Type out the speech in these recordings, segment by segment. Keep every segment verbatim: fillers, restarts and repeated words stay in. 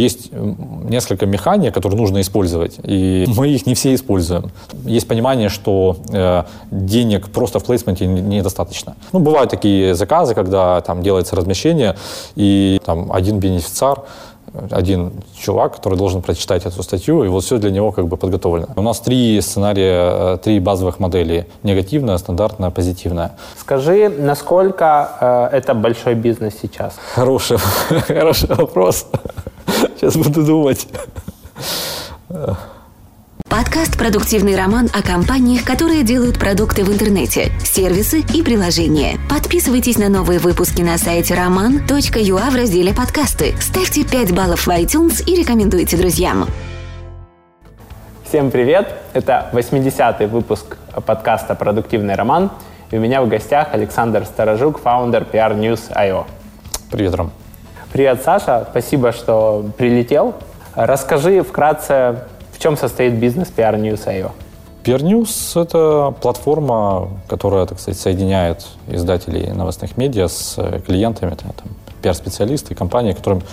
есть несколько механик, которые нужно использовать, и мы их не все используем. Есть понимание, что э, денег просто в плейсменте недостаточно. Ну, бывают такие заказы, когда там делается размещение, и там один бенефициар, один чувак, который должен прочитать эту статью, и вот все для него как бы подготовлено. У нас три сценария, три базовых модели. Негативная, стандартная, позитивная. Скажи, насколько э, это большой бизнес сейчас? Хороший, хороший вопрос. Сейчас буду думать. Подкаст «Продуктивный роман» о компаниях, которые делают продукты в интернете, сервисы и приложения. Подписывайтесь на новые выпуски на сайте роман точка ю а в разделе «Подкасты». Ставьте пять баллов в iTunes и рекомендуйте друзьям. Всем привет! Это восьмидесятый выпуск подкаста «Продуктивный роман». И у меня в гостях Александр Сторожук, фаундер пи ар ньюс точка ай о. Привет, Ром. Привет, Саша. Спасибо, что прилетел. Расскажи вкратце, в чем состоит бизнес пи ар ньюс точка ай о? пи ар News — это платформа, которая, так сказать, соединяет издателей новостных медиа с клиентами, там, пи ар-специалисты, компании, которым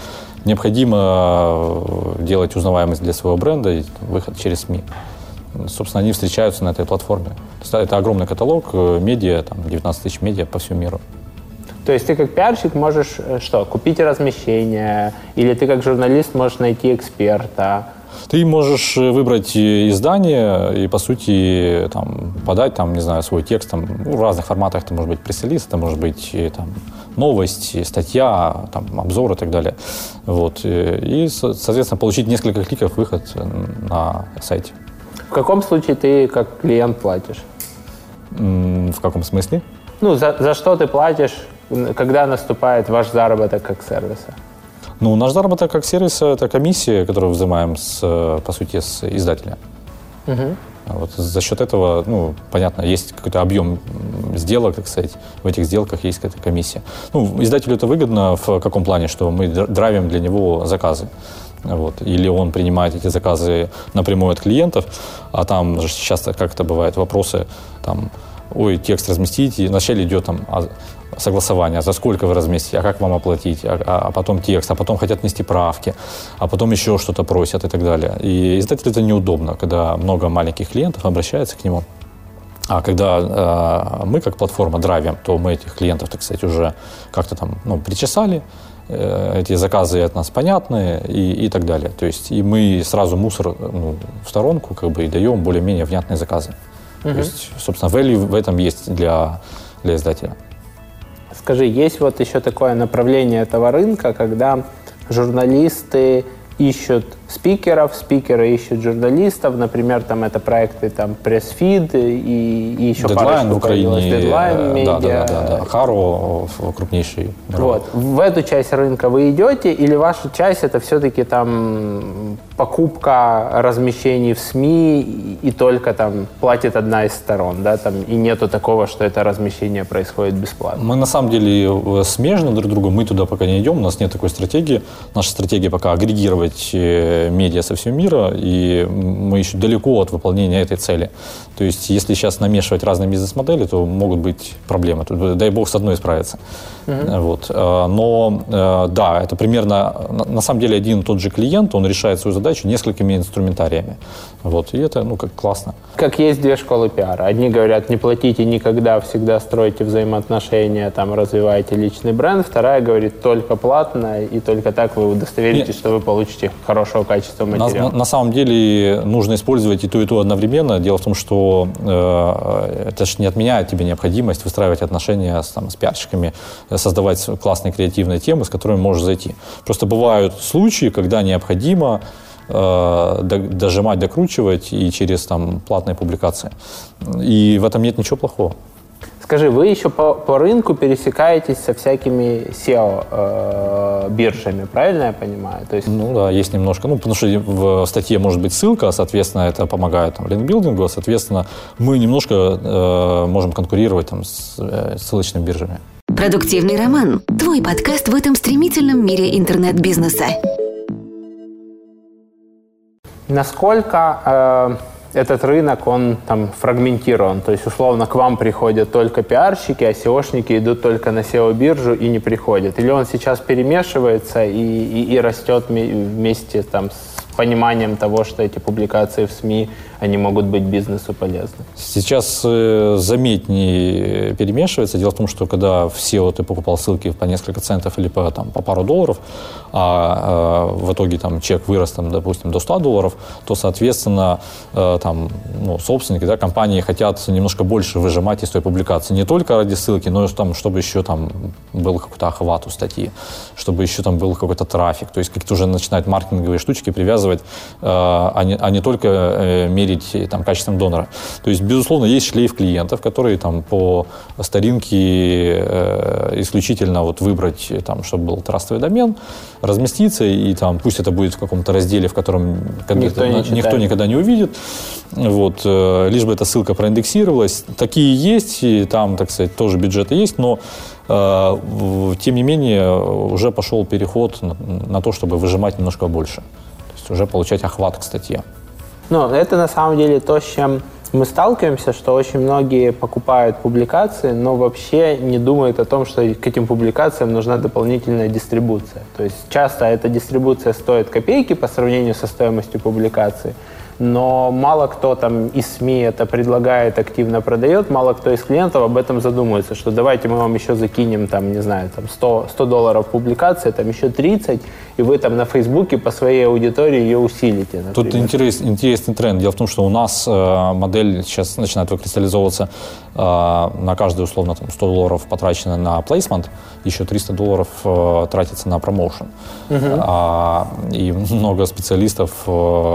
необходимо делать узнаваемость для своего бренда и выход через СМИ. Собственно, они встречаются на этой платформе. Это огромный каталог медиа, там, девятнадцать тысяч медиа по всему миру. То есть ты как пиарщик можешь что, купить размещение, или ты как журналист можешь найти эксперта? Ты можешь выбрать издание и, по сути, там, подать, там, не знаю, свой текст там, в разных форматах. Это может быть пресс-релиз, это может быть там, новость, статья, там, обзор и так далее. Вот. И, соответственно, получить несколько кликов выход на сайте. В каком случае ты как клиент платишь? В каком смысле? Ну, за, за что ты платишь, когда наступает ваш заработок как сервиса? Ну, наш заработок как сервиса – это комиссия, которую взимаем, с, по сути, с издателя. Угу. Вот за счет этого, ну, понятно, есть какой-то объем сделок, так сказать, в этих сделках есть какая-то комиссия. Ну, издателю это выгодно в каком плане, что мы драйвим для него заказы. Вот. Или он принимает эти заказы напрямую от клиентов, а там же часто, как это бывает, вопросы, там, ой, текст разместить, и вначале идет там согласование, за сколько вы разместите, а как вам оплатить, а, а потом текст, а потом хотят внести правки, а потом еще что-то просят и так далее. И издателю это неудобно, когда много маленьких клиентов обращается к нему. А когда э, мы как платформа драйвим, то мы этих клиентов, так сказать, уже как-то там, ну, причесали, э, эти заказы от нас понятны и, и так далее. То есть и мы сразу мусор, ну, в сторонку как бы и даем более-менее внятные заказы. Угу. То есть, собственно, value в этом есть для, для издателя. Скажи, есть вот еще такое направление этого рынка, когда журналисты ищут спикеров, спикеры ищут журналистов, например, там это проекты там пресс-фид и, и еще Deadline в Украине, Deadline, медиа. Да, да, да, да. Харо крупнейший. Вот. В эту часть рынка вы идете, или ваша часть это все-таки там покупка размещений в СМИ и, и только там платит одна из сторон, да, там и нету такого, что это размещение происходит бесплатно? Мы на самом деле смежны друг другу, мы туда пока не идем, у нас нет такой стратегии. Наша стратегия пока агрегировать медиа со всего мира, и мы еще далеко от выполнения этой цели. То есть, если сейчас намешивать разные бизнес-модели, то могут быть проблемы. Тут, дай бог, с одной справиться. Uh-huh. Вот. Но, да, это примерно, на самом деле, один и тот же клиент, он решает свою задачу несколькими инструментариями. Вот. И это, ну, как классно. Как есть две школы пиара. Одни говорят, не платите никогда, всегда стройте взаимоотношения, там, развивайте личный бренд. Вторая говорит, только платно, и только так вы удостоверитесь, Нет. что вы получите хорошего качества материала. На, на самом деле нужно использовать и то, и то одновременно. Дело в том, что э, это же не отменяет тебе необходимость выстраивать отношения с, там, с пиарщиками, создавать классные креативные темы, с которыми можешь зайти. Просто бывают случаи, когда необходимо э, дожимать, докручивать и через там, платные публикации. И в этом нет ничего плохого. Скажи, вы еще по, по рынку пересекаетесь со всякими сео-биржами, э, правильно я понимаю? То есть... Ну да, есть немножко. Ну, потому что в статье может быть ссылка, соответственно, это помогает там, линкбилдингу, соответственно, мы немножко э, можем конкурировать там, с э, ссылочными биржами. «Продуктивный роман» – твой подкаст в этом стремительном мире интернет-бизнеса. Насколько э, этот рынок, он там фрагментирован. То есть, условно, к вам приходят только пиарщики, а сеошники идут только на сео-биржу и не приходят. Или он сейчас перемешивается и, и, и растет вместе там, с пониманием того, что эти публикации в СМИ, они могут быть бизнесу полезны. Сейчас э, заметнее перемешивается. Дело в том, что когда в сео ты покупал ссылки по несколько центов или по, там, по пару долларов, а э, в итоге там, чек вырос, там, допустим, до ста долларов, то, соответственно, э, там, ну, собственники, да, компании хотят немножко больше выжимать из той публикации. Не только ради ссылки, но там, чтобы еще там, был какой-то охват у статьи, чтобы еще там был какой-то трафик. То есть какие-то уже начинают маркетинговые штучки привязывать, э, а, не, а не только э, мерить там, качеством донора. То есть, безусловно, есть шлейф клиентов, которые там, по старинке э, исключительно вот, выбрать, там, чтобы был трастовый домен, разместиться, и там, пусть это будет в каком-то разделе, в котором никто, не никто никогда не увидит, вот, э, лишь бы эта ссылка проиндексировалась. Такие есть, и там, так сказать, тоже бюджеты есть, но э, тем не менее уже пошел переход на, на то, чтобы выжимать немножко больше. То есть уже получать охват к статье. Ну, это на самом деле то, с чем мы сталкиваемся, что очень многие покупают публикации, но вообще не думают о том, что к этим публикациям нужна дополнительная дистрибуция. То есть часто эта дистрибуция стоит копейки по сравнению со стоимостью публикации, но мало кто там из СМИ это предлагает, активно продает, мало кто из клиентов об этом задумывается, что давайте мы вам еще закинем, там, не знаю, там сто, сто долларов публикации, там еще тридцать, и вы там на Фейсбуке по своей аудитории ее усилите. Например. Тут интерес, интересный тренд. Дело в том, что у нас э, модель сейчас начинает выкристаллизовываться, э, на каждую, условно, там, сто долларов потрачено на плейсмент, еще триста долларов э, тратится на промоушен. Uh-huh. А, и много специалистов э,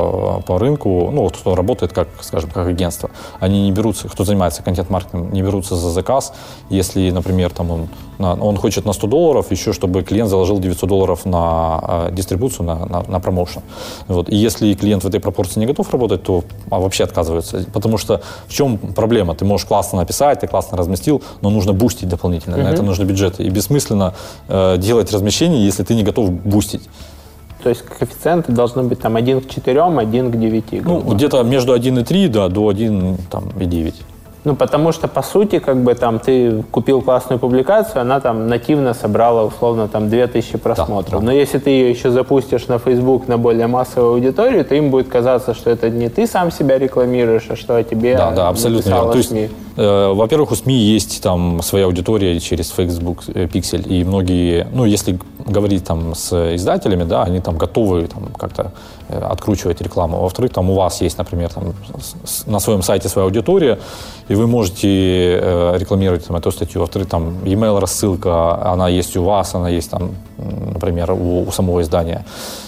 по рынку, ну, вот, кто работает, как, скажем, как агентство, они не берутся, кто занимается контент-маркетингом, не берутся за заказ, если, например, там он, на, он хочет на сто долларов, еще чтобы клиент заложил девятьсот долларов на дистрибуцию, на, на, на промоушен. Вот. И если клиент в этой пропорции не готов работать, то а вообще отказываются. Потому что в чем проблема? Ты можешь классно написать, ты классно разместил, но нужно бустить дополнительно. Uh-huh. На это нужны бюджеты. И бессмысленно э, делать размещение, если ты не готов бустить. То есть коэффициенты должны быть там один к четырем, один к девяти. Ну, где-то между один и три, да, до один и девять. Ну, потому что, по сути, как бы там ты купил классную публикацию, она там нативно собрала, условно, там две тысячи просмотров. Да, да. Но если ты ее еще запустишь на Facebook на более массовую аудиторию, то им будет казаться, что это не ты сам себя рекламируешь, а что о тебе да, да, абсолютно написала то есть, СМИ. Э, во-первых, у СМИ есть там своя аудитория через Facebook Pixel, и многие, ну, если говорить там с издателями, да, они там готовы там как-то э, откручивать рекламу. Во-вторых, там у вас есть, например, там, с, на своем сайте своя аудитория, и вы можете э, рекламировать там, эту статью. Во-вторых, там e-mail рассылка, она есть у вас, она есть там, например, у, у самого издания.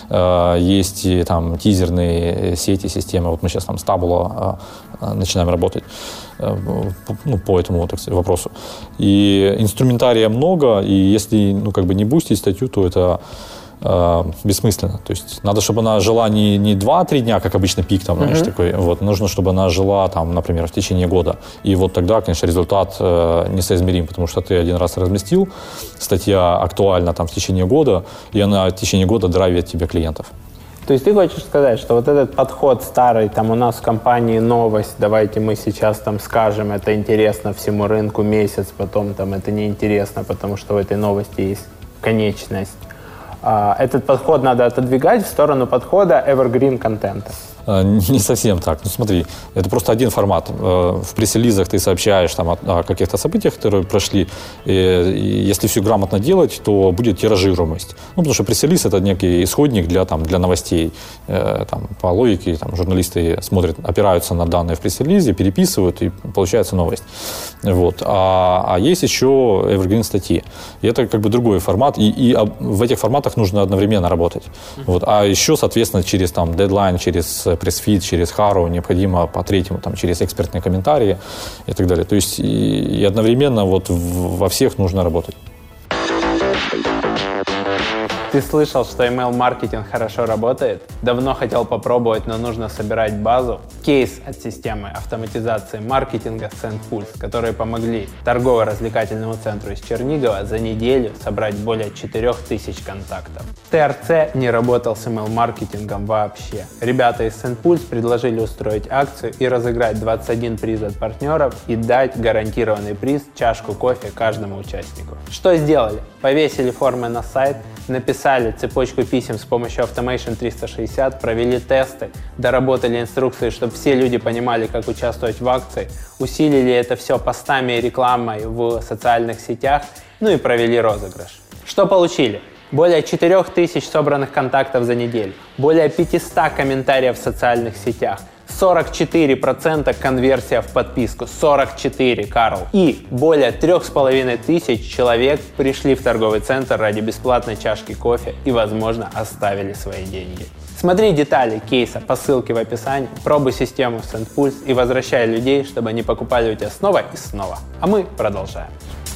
Э, есть и, там тизерные сети, системы. Вот мы сейчас там с Taboola э, начинаем работать э, ну, по этому, так сказать, вопросу. И инструментария много, и если ну, как бы не бустить статью, то это э, бессмысленно. То есть надо, чтобы она жила не, не два-три дня, как обычно пик, там, знаешь, uh-huh. такой. Вот. Нужно, чтобы она жила, там, например, в течение года. И вот тогда, конечно, результат э, несоизмерим, потому что ты один раз разместил, статья актуальна там, в течение года, и она в течение года драйвит тебе клиентов. То есть ты хочешь сказать, что вот этот подход старый, там у нас в компании новость, давайте мы сейчас там скажем, это интересно всему рынку месяц, потом там это неинтересно, потому что в этой новости есть конечность. Этот подход надо отодвигать в сторону подхода evergreen контента. Не совсем так. Ну смотри, это просто один формат. В пресс-релизах ты сообщаешь там, о, о каких-то событиях, которые прошли. И, и если все грамотно делать, то будет тиражируемость. Ну, потому что пресс-релиз — это некий исходник для, там, для новостей. Там, по логике там, журналисты смотрят, опираются на данные в пресс-релизе, переписывают, и получается новость. Вот. А, а есть еще evergreen статьи. И это как бы другой формат. И, и в этих форматах нужно одновременно работать. Вот. А еще, соответственно, через там, дедлайн, через пресс-фид, через Хару, необходимо по третьему, там, через экспертные комментарии и так далее. То есть и, и одновременно вот в, во всех нужно работать. Ты слышал, что email-маркетинг хорошо работает? Давно хотел попробовать, но нужно собирать базу? Кейс от системы автоматизации маркетинга SendPulse, которые помогли торгово-развлекательному центру из Чернигова за неделю собрать более четырех тысяч контактов. ТРЦ не работал с email-маркетингом вообще. Ребята из SendPulse предложили устроить акцию и разыграть двадцать один приз от партнеров и дать гарантированный приз – чашку кофе каждому участнику. Что сделали? Повесили формы на сайт, написали цепочку писем с помощью Automation триста шестьдесят, провели тесты, доработали инструкции, чтобы все люди понимали, как участвовать в акции, усилили это все постами и рекламой в социальных сетях, ну и провели розыгрыш. Что получили? Более четырех тысяч собранных контактов за неделю, более пятьсот комментариев в социальных сетях, сорок четыре процента конверсия в подписку, сорок четыре, Карл. И более трех с половиной тысяч человек пришли в торговый центр ради бесплатной чашки кофе и, возможно, оставили свои деньги. Смотри детали кейса по ссылке в описании, пробуй систему SendPulse и возвращай людей, чтобы они покупали у тебя снова и снова. А мы продолжаем.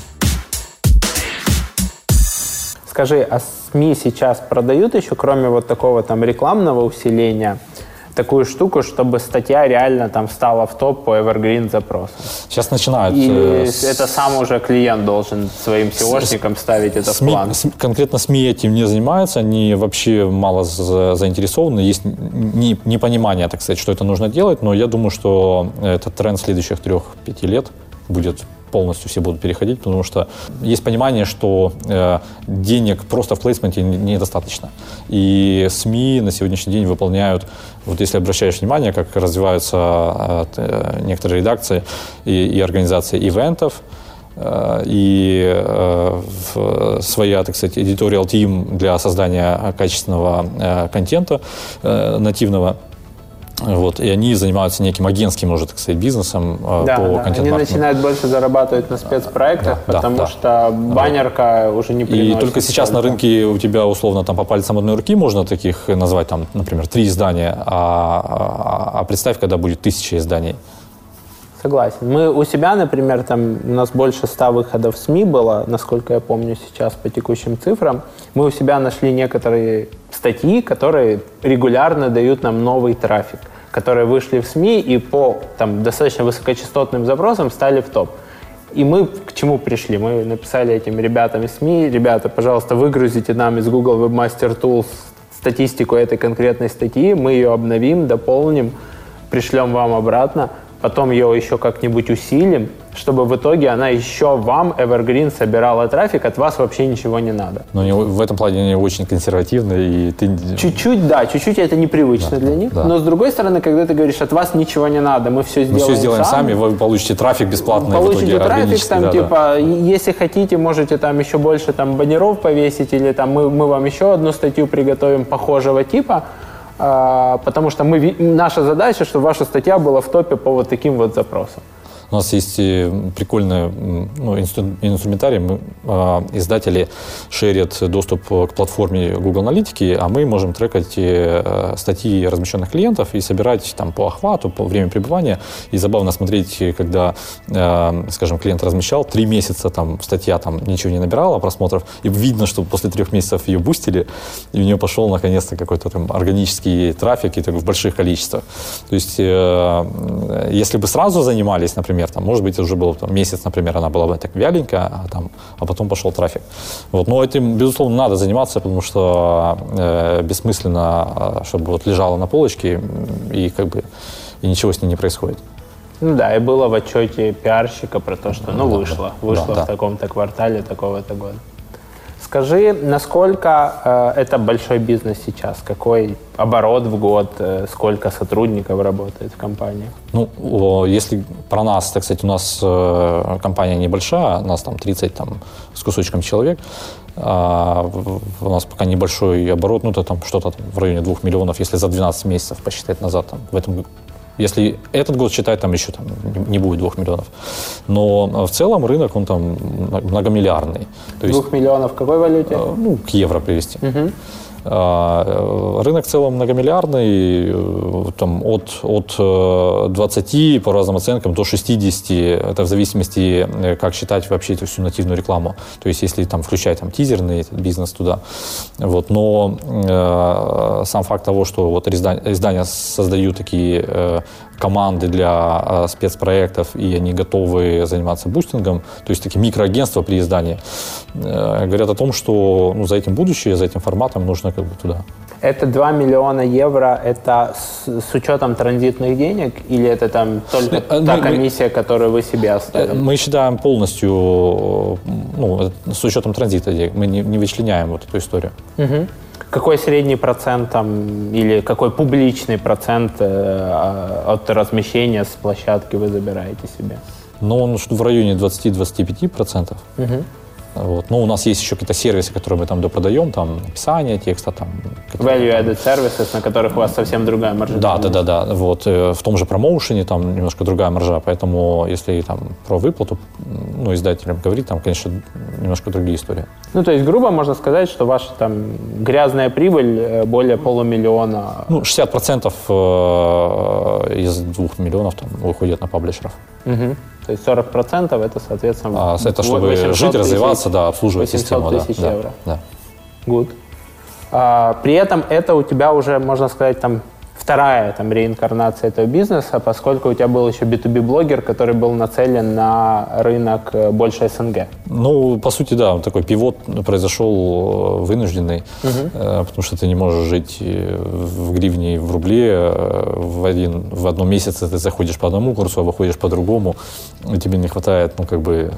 Скажи, а СМИ сейчас продают еще, кроме вот такого там рекламного усиления, такую штуку, чтобы статья реально там встала в топ по evergreen запросам? Сейчас начинают. Или э, это с... сам уже клиент должен своим сеошникам ставить это СМИ, в план? СМИ, конкретно СМИ этим не занимаются, они вообще мало за, заинтересованы, есть не, непонимание, так сказать, что это нужно делать, но я думаю, что этот тренд следующих трех-пяти лет будет полностью все будут переходить, потому что есть понимание, что э, денег просто в плейсменте недостаточно. И СМИ на сегодняшний день выполняют, вот если обращаешь внимание, как развиваются э, некоторые редакции и, и организации ивентов, э, и э, в, своя, так сказать, editorial team для создания качественного э, контента э, нативного. Вот, и они занимаются неким агентским, уже, так сказать, бизнесом да, по да. контент-маркетингу. Они начинают больше зарабатывать на спецпроектах, да, потому да, что да. баннерка да. уже не приносит. И только сейчас на рынке у тебя, условно, там по пальцам одной руки можно таких назвать, там, например, три издания, а, а, а представь, когда будет тысяча изданий. Согласен. Мы у себя, например, там у нас больше ста выходов СМИ было, насколько я помню сейчас по текущим цифрам. Мы у себя нашли некоторые статьи, которые регулярно дают нам новый трафик, которые вышли в СМИ и по там, достаточно высокочастотным запросам стали в топ. И мы к чему пришли? Мы написали этим ребятам из СМИ: ребята, пожалуйста, выгрузите нам из Google Webmaster Tools статистику этой конкретной статьи, мы ее обновим, дополним, пришлем вам обратно. Потом ее еще как-нибудь усилим, чтобы в итоге она еще вам, Evergreen, собирала трафик, от вас вообще ничего не надо. Но они, в этом плане они очень консервативны. И ты... Чуть-чуть, да, чуть-чуть это непривычно да, для них. Да. Но с другой стороны, когда ты говоришь, от вас ничего не надо, мы все сделаем, мы все сделаем сами, сами, вы получите трафик бесплатный. Получите в итоге, трафик, там, да, типа, да. если хотите, можете там еще больше там баннеров повесить, или там мы, мы вам еще одну статью приготовим похожего типа. Потому что мы, наша задача, чтобы ваша статья была в топе по вот таким вот запросам. У нас есть прикольный ну, инструментарий. Мы, э, издатели шерят доступ к платформе Google Аналитики, а мы можем трекать э, статьи размещенных клиентов и собирать там, по охвату, по времени пребывания. И забавно смотреть, когда, э, скажем, клиент размещал, три месяца там, статья там, ничего не набирала просмотров, и видно, что после трех месяцев ее бустили, и у нее пошел наконец-то какой-то там органический трафик и так, в больших количествах. То есть, э, если бы сразу занимались, например, там, может быть, уже был там, месяц, например, она была бы так вяленькая, а, там, а потом пошел трафик. Вот. Но этим, безусловно, надо заниматься, потому что э, бессмысленно, чтобы вот лежала на полочке и как бы и ничего с ней не происходит. Ну да, и было в отчете пиарщика про то, что ну, да, вышло, да, вышло да, в да. таком-то квартале такого-то года. Скажи, насколько э, это большой бизнес сейчас? Какой оборот в год? Э, сколько сотрудников работает в компании? Ну, о, если про нас, так сказать, у нас э, компания небольшая, у нас там тридцать там, с кусочком человек, а, в, у нас пока небольшой оборот, ну, это там что-то там, в районе двух миллионов, если за двенадцать месяцев посчитать назад, там, в этом году. Если этот год считать, там еще там, не будет двух миллионов. Но в целом рынок, он там многомиллиардный. То Двух есть, миллионов в какой валюте? Ну, к евро привести. Угу. Рынок в целом многомиллиардный, там, от, от двадцати, по разным оценкам, до шестидесяти, это в зависимости, как считать вообще эту всю нативную рекламу. То есть, если там включать там, тизерный этот бизнес туда. Вот. Но э, сам факт того, что вот издания, издания создают такие э, команды для э, спецпроектов, и они готовы заниматься бустингом, то есть такие микроагентства при издании, э, говорят о том, что ну, за этим будущее, за этим форматом нужно как бы туда. Это два миллиона евро, это с, с учетом транзитных денег, или это там только мы, та мы, комиссия, которую вы себе оставили? Мы считаем полностью, ну, с учетом транзита денег, мы не, не вычленяем вот эту историю. Угу. Какой средний процент там, или какой публичный процент э, от размещения с площадки вы забираете себе? Ну, он в районе двадцати-двадцати пяти процентов. Угу. Вот. Но у нас есть еще какие-то сервисы, которые мы там допродаем, там написание текста, там value-added services, на которых у вас совсем другая маржа. Да, да, да, да. Вот в том же промоушене там немножко другая маржа, поэтому если там про выплату, ну, издателям говорить, там, конечно, немножко другие истории. Ну, то есть, грубо можно сказать, что ваша там грязная прибыль более полумиллиона. Ну, шестьдесят процентов из двух миллионов там выходит на паблишеров. Угу. То есть сорок процентов это, соответственно, а, это чтобы жить, развиваться, да, обслуживать систему. восемьсот тысяч да, евро. Да. Good. А, при этом это у тебя уже, можно сказать, там вторая там, реинкарнация этого бизнеса, поскольку у тебя был еще би ту би-блогер, который был нацелен на рынок больше эс эн гэ. Ну, по сути, да, такой пивот произошел вынужденный, угу. потому что ты не можешь жить в гривне и в рубле. В, один, в одном месяце ты заходишь по одному курсу, а выходишь по другому. И тебе не хватает, ну, как бы...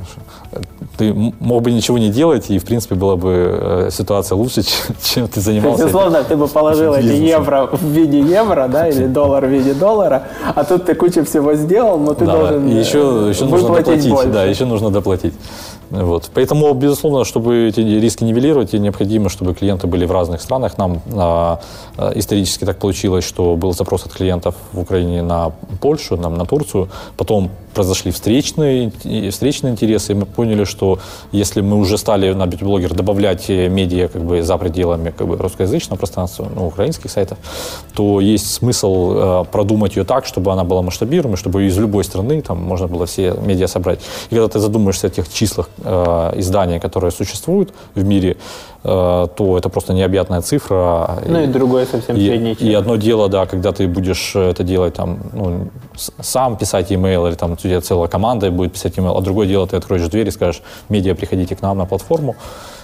Ты мог бы ничего не делать, и, в принципе, была бы ситуация лучше, чем ты занимался. Безусловно, ты бы положил эти евро в виде евро, да, или доллар в виде доллара, а тут ты кучу всего сделал, но ты да, должен да. еще, еще нужно доплатить, больше. Да, еще нужно доплатить. Вот. Поэтому, безусловно, чтобы эти риски нивелировать, необходимо, чтобы клиенты были в разных странах. Нам а, исторически так получилось, что был запрос от клиентов в Украине на Польшу, нам на Турцию, потом произошли встречные, встречные интересы, и мы поняли, что если мы уже стали на бьюти-блогер добавлять медиа как бы, за пределами как бы, русскоязычного пространства, ну, украинских сайтов, то есть смысл э, продумать ее так, чтобы она была масштабируемой, чтобы из любой страны там, можно было все медиа собрать. И когда ты задумаешься о тех числах э, изданий, которые существуют в мире, э, то это просто необъятная цифра. Ну и, и другое совсем среднее. И, и одно дело, да, когда ты будешь это делать там, ну, сам писать e-mail или там у тебя целая команда будет писать email, а другое дело, ты откроешь дверь и скажешь, медиа, приходите к нам на платформу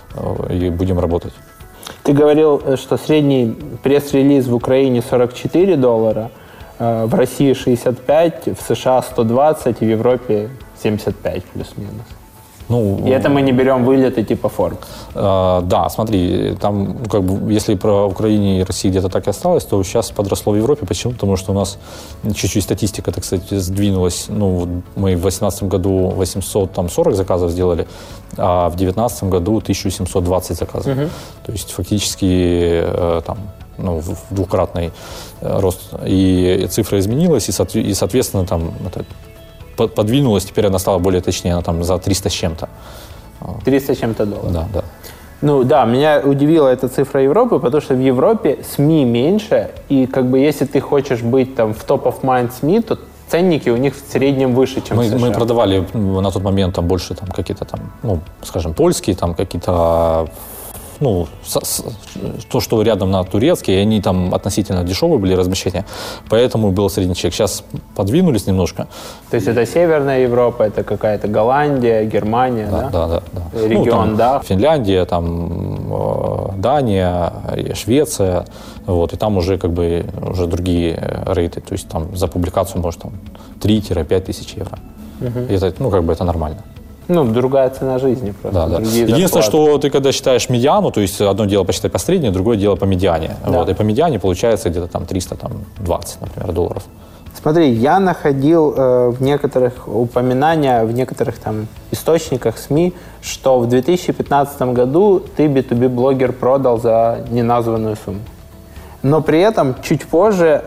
и будем работать. Ты говорил, что средний пресс-релиз в Украине сорок четыре доллара, в России шестьдесят пять, в США сто двадцать, в Европе семьдесят пять плюс-минус. Ну, и это мы не берем вылеты типа Forbes. Э, да, смотри, там, как бы, если про Украину и Россию где-то так и осталось, то сейчас подросло в Европе. Почему? Потому что у нас чуть-чуть статистика, так сказать, сдвинулась. Ну, мы в две тысячи восемнадцатом году восемьсот сорок заказов сделали, а в две тысячи девятнадцатом году тысяча семьсот двадцать заказов. Угу. То есть фактически э, там, ну, в двукратный рост. И цифра изменилась, и, и соответственно, там, это, подвинулась, теперь она стала более точнее, она там за триста с чем-то. триста с чем-то долларов. Да, да. Ну да, меня удивила эта цифра Европы, потому что в Европе СМИ меньше, и как бы если ты хочешь быть там в топ-оф-майнд СМИ, то ценники у них в среднем выше, чем мы, в США. Мы продавали на тот момент там больше там какие-то там, ну, скажем, польские, там какие-то, ну, с, с, то, что рядом на турецкие, и они там относительно дешевые были размещения, поэтому был средний чек. Сейчас подвинулись немножко. То есть это Северная Европа, это какая-то Голландия, Германия, да? Да, да, да. да. Регион, ну, там, да. Финляндия, там Дания, Швеция, вот, и там уже как бы уже другие рейты, то есть там за публикацию может там три-пять тысяч евро. Угу. И это, ну, как бы это нормально. Ну, другая цена жизни просто. Да, да. Единственное, что ты когда считаешь медиану, то есть одно дело посчитать по средней, другое дело по медиане. Да. Вот, и по медиане получается где-то там триста двадцать, например, долларов. Смотри, я находил э, в некоторых упоминаниях, в некоторых там источниках СМИ, что в две тысячи пятнадцатом году ты би ту би-блогер продал за неназванную сумму. Но при этом чуть позже,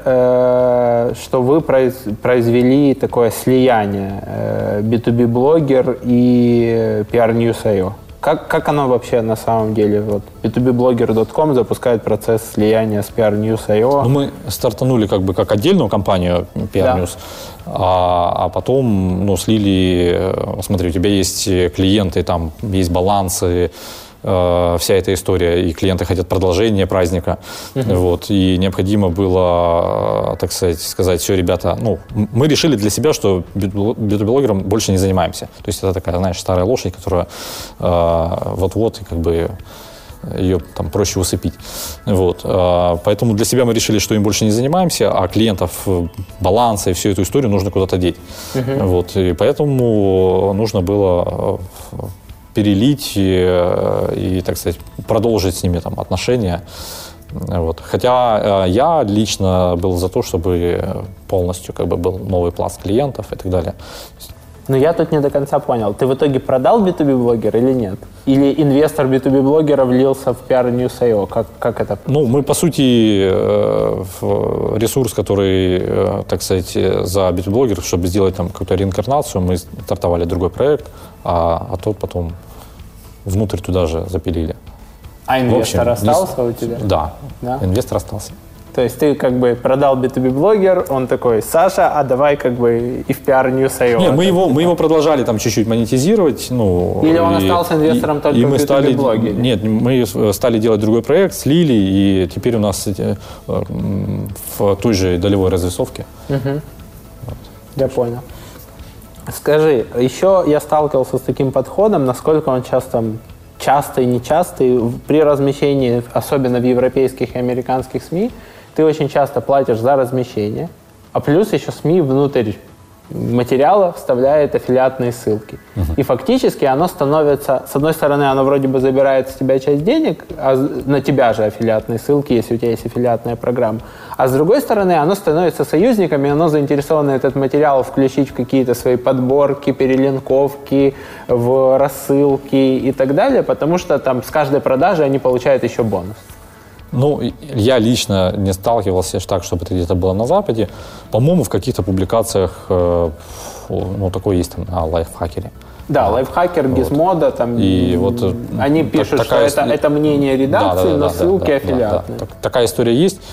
э, что вы произ, произвели такое слияние э, би ту би-блогер и пи ар News точка ай о. Как, как оно вообще на самом деле? Вот би ту би блогер точка ком запускает процесс слияния с пи ар ньюс точка ай о. Ну, мы стартанули как бы как отдельную компанию пи ар News, да. а, а потом ну, слили, смотри, у тебя есть клиенты, там есть балансы, э, вся эта история, и клиенты хотят продолжения праздника, uh-huh. вот, и необходимо было, так сказать, сказать, все, ребята, ну, мы решили для себя, что би ту би-блогером больше не занимаемся. То есть это такая, знаешь, старая лошадь, которая э, вот-вот, и как бы ее там проще усыпить. Вот. Поэтому для себя мы решили, что им больше не занимаемся, а клиентов, баланса и всю эту историю нужно куда-то деть. Uh-huh. Вот. И поэтому нужно было перелить и, и, так сказать, продолжить с ними там отношения. Вот. Хотя я лично был за то, чтобы полностью как бы был новый пласт клиентов и так далее. Но я тут не до конца понял. Ты в итоге продал би ту би-блогер или нет? Или инвестор би ту би-блогера влился в пи ар ньюс точка ай о? Как, как это? Ну, мы, по сути, ресурс, который, так сказать, за би ту би-блогеров, чтобы сделать там какую-то реинкарнацию, мы стартовали другой проект, а, а тот потом внутрь туда же запилили. А инвестор общем, остался у тебя? Да, да, инвестор остался. То есть ты как бы продал би ту би-блогер, он такой, Саша, а давай как бы и в пи ар ньюс точка ай о. Нет, мы его, мы его продолжали там чуть-чуть монетизировать. Ну, Или он и, остался инвестором и, только и в мы би ту би-блогере? Нет, мы стали делать другой проект, слили, и теперь у нас э, в той же долевой развесовке. Угу. Вот. Я понял. Скажи, еще я сталкивался с таким подходом, насколько он сейчас там частый и нечастый при размещении, особенно в европейских и американских СМИ, ты очень часто платишь за размещение, а плюс еще СМИ внутрь материала вставляет аффилиатные ссылки. Uh-huh. И фактически оно становится, с одной стороны, оно вроде бы забирает с тебя часть денег, а на тебя же аффилиатные ссылки, если у тебя есть аффилиатная программа. А с другой стороны, оно становится союзником, и оно заинтересовано этот материал включить в какие-то свои подборки, перелинковки, в рассылки и так далее, потому что там с каждой продажи они получают еще бонус. Ну, я лично не сталкивался так, чтобы это где-то было на Западе. По-моему, в каких-то публикациях, ну, такое есть там на лайфхакере. Да, лайфхакер, вот. Гизмода, там, и вот, они пишут, так, такая, что это, это мнение редакции, да, да, да, но да, ссылки да, аффилиатные. Да, да. Такая история есть.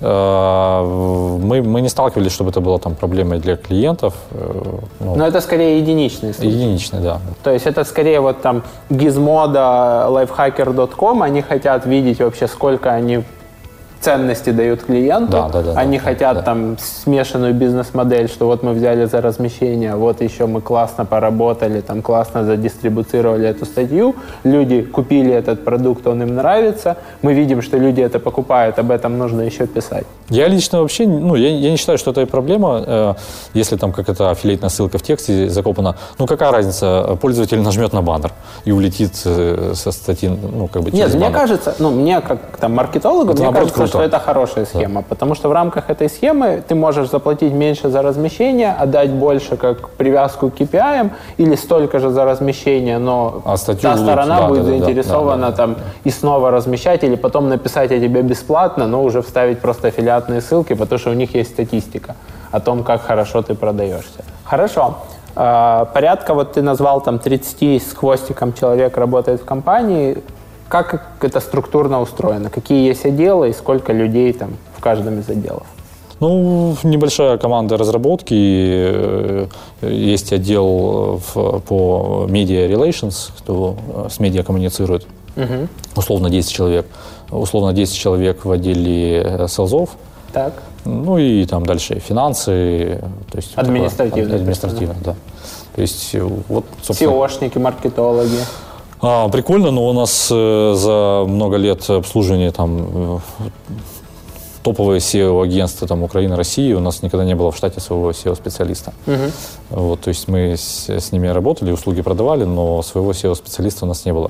Мы, мы не сталкивались, чтобы это было там проблемой для клиентов. Ну, но это скорее единичные случаи. Единичные, да. То есть это скорее вот там Gizmodo, лайфхакер точка ком, они хотят видеть вообще, сколько они ценности дают клиенту. Да, да, да, они да, хотят да. там смешанную бизнес-модель, что вот мы взяли за размещение, вот еще мы классно поработали, там классно задистрибуцировали эту статью, люди купили этот продукт, он им нравится, мы видим, что люди это покупают, об этом нужно еще писать. Я лично вообще, ну, я, я не считаю, что это проблема, э, если там какая-то аффилиатная ссылка в тексте закопана. Ну, какая разница, пользователь нажмет на баннер и улетит э, со статьи, ну, как бы через Нет, баннер. мне кажется, ну, мне как там маркетологу, это, мне наоборот, кажется, круто. что это хорошая схема, да. Потому что в рамках этой схемы ты можешь заплатить меньше за размещение, отдать больше как привязку к кей пи ай, или столько же за размещение, но а та сторона да, будет да, заинтересована да, да, там да. и снова размещать, или потом написать о тебе бесплатно, но уже вставить просто аффилиатные ссылки, потому что у них есть статистика о том, как хорошо ты продаешься. Хорошо. Порядка, вот ты назвал там тридцать с хвостиком человек работает в компании. Как это структурно устроено? Какие есть отделы и сколько людей там в каждом из отделов? Ну, небольшая команда разработки. Есть отдел по media relations, кто с медиа коммуницирует. Угу. Условно десять человек. Условно десять человек в отделе селзов. Так. Ну и там дальше финансы. То есть административно. Административно, да. То есть вот, собственно... сеошники, маркетологи. А, прикольно, но у нас э, за много лет обслуживания там э, топовые сео-агентства там, Украины, России, у нас никогда не было в штате своего сео-специалиста. Угу. Вот, то есть мы с, с ними работали, услуги продавали, но своего сео-специалиста у нас не было.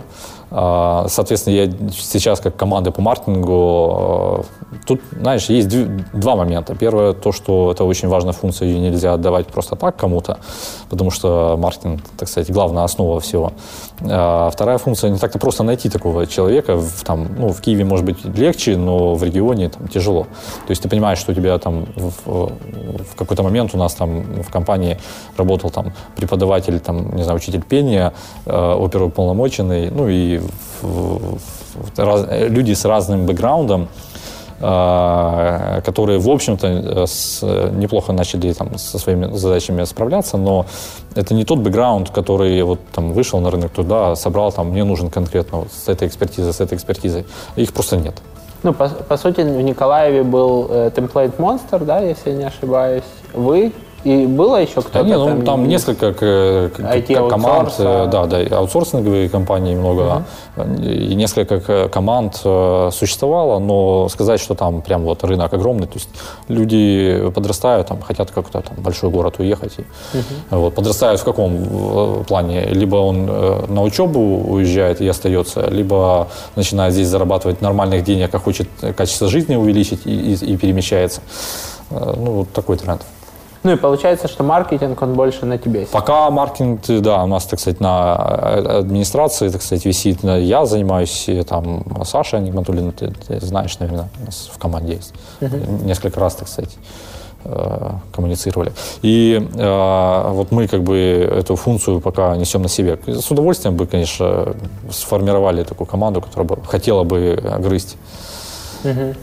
Соответственно, я сейчас как команда по маркетингу, тут, знаешь, есть два момента. Первое, то, что это очень важная функция, ее нельзя отдавать просто так кому-то, потому что маркетинг, так сказать, главная основа всего. Вторая функция, не так-то просто найти такого человека. В, там, ну, в Киеве, может быть, легче, но в регионе там, тяжело. То есть ты понимаешь, что у тебя там в, в какой-то момент у нас там в компании работал там преподаватель, там, не знаю, учитель пения, оперуполномоченный, ну и в, в, раз, люди с разным бэкграундом, которые, в общем-то, с, неплохо начали там, со своими задачами справляться, но это не тот бэкграунд, который вот, там, вышел на рынок туда, собрал, там, мне нужен конкретно вот, с этой экспертизой, с этой экспертизой. Их просто нет. Ну, по, по сути, в Николаеве был э, Template Monster, да, если я не ошибаюсь. Вы и было еще кто-то? Да, не, ну, там, там несколько к, к, команд, да, да, аутсорсинговые компании много, uh-huh. и несколько команд существовало, но сказать, что там прям вот рынок огромный, то есть люди подрастают, там, хотят как-то там большой город уехать, и, uh-huh. вот, подрастают в каком плане? Либо он на учебу уезжает и остается, либо начинает здесь зарабатывать нормальных денег, а хочет качество жизни увеличить и, и, и перемещается. Ну, вот такой тренд. Ну и получается, что маркетинг, он больше на тебе. Пока маркетинг, да, у нас, так сказать, на администрации, так сказать, висит. Я занимаюсь, там, Саша Нигматуллин, ты, ты знаешь, наверное, у нас в команде есть. Uh-huh. Несколько раз, так сказать, коммуницировали. И э, вот мы как бы эту функцию пока несем на себе. С удовольствием бы, конечно, сформировали такую команду, которая бы хотела бы грызть. Uh-huh.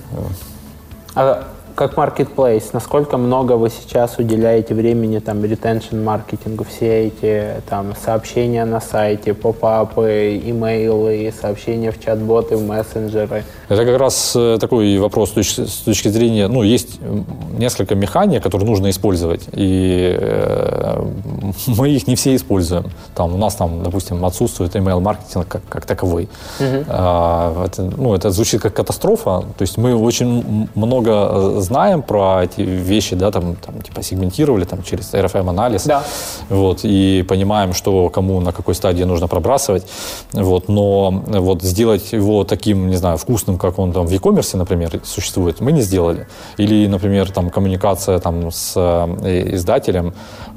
А как marketplace, насколько много вы сейчас уделяете времени там ретеншн-маркетингу, все эти там сообщения на сайте, поп-апы, имейлы, сообщения в чат-боты, в мессенджеры? Это как раз такой вопрос с точки, с точки зрения, ну, есть несколько механик, которые нужно использовать, и э, мы их не все используем. Там, у нас там, допустим, отсутствует email-маркетинг как, как таковой. Uh-huh. А, это, ну, это звучит как катастрофа, то есть мы очень много знаем про эти вещи, да, там, там типа сегментировали там, через эр эф эм-анализ, да. вот, и понимаем, что кому на какой стадии нужно пробрасывать, вот, но вот сделать его таким, не знаю, вкусным, как он там в e-commerce, например, существует, мы не сделали. Или, например, там коммуникация там, с э, издателем,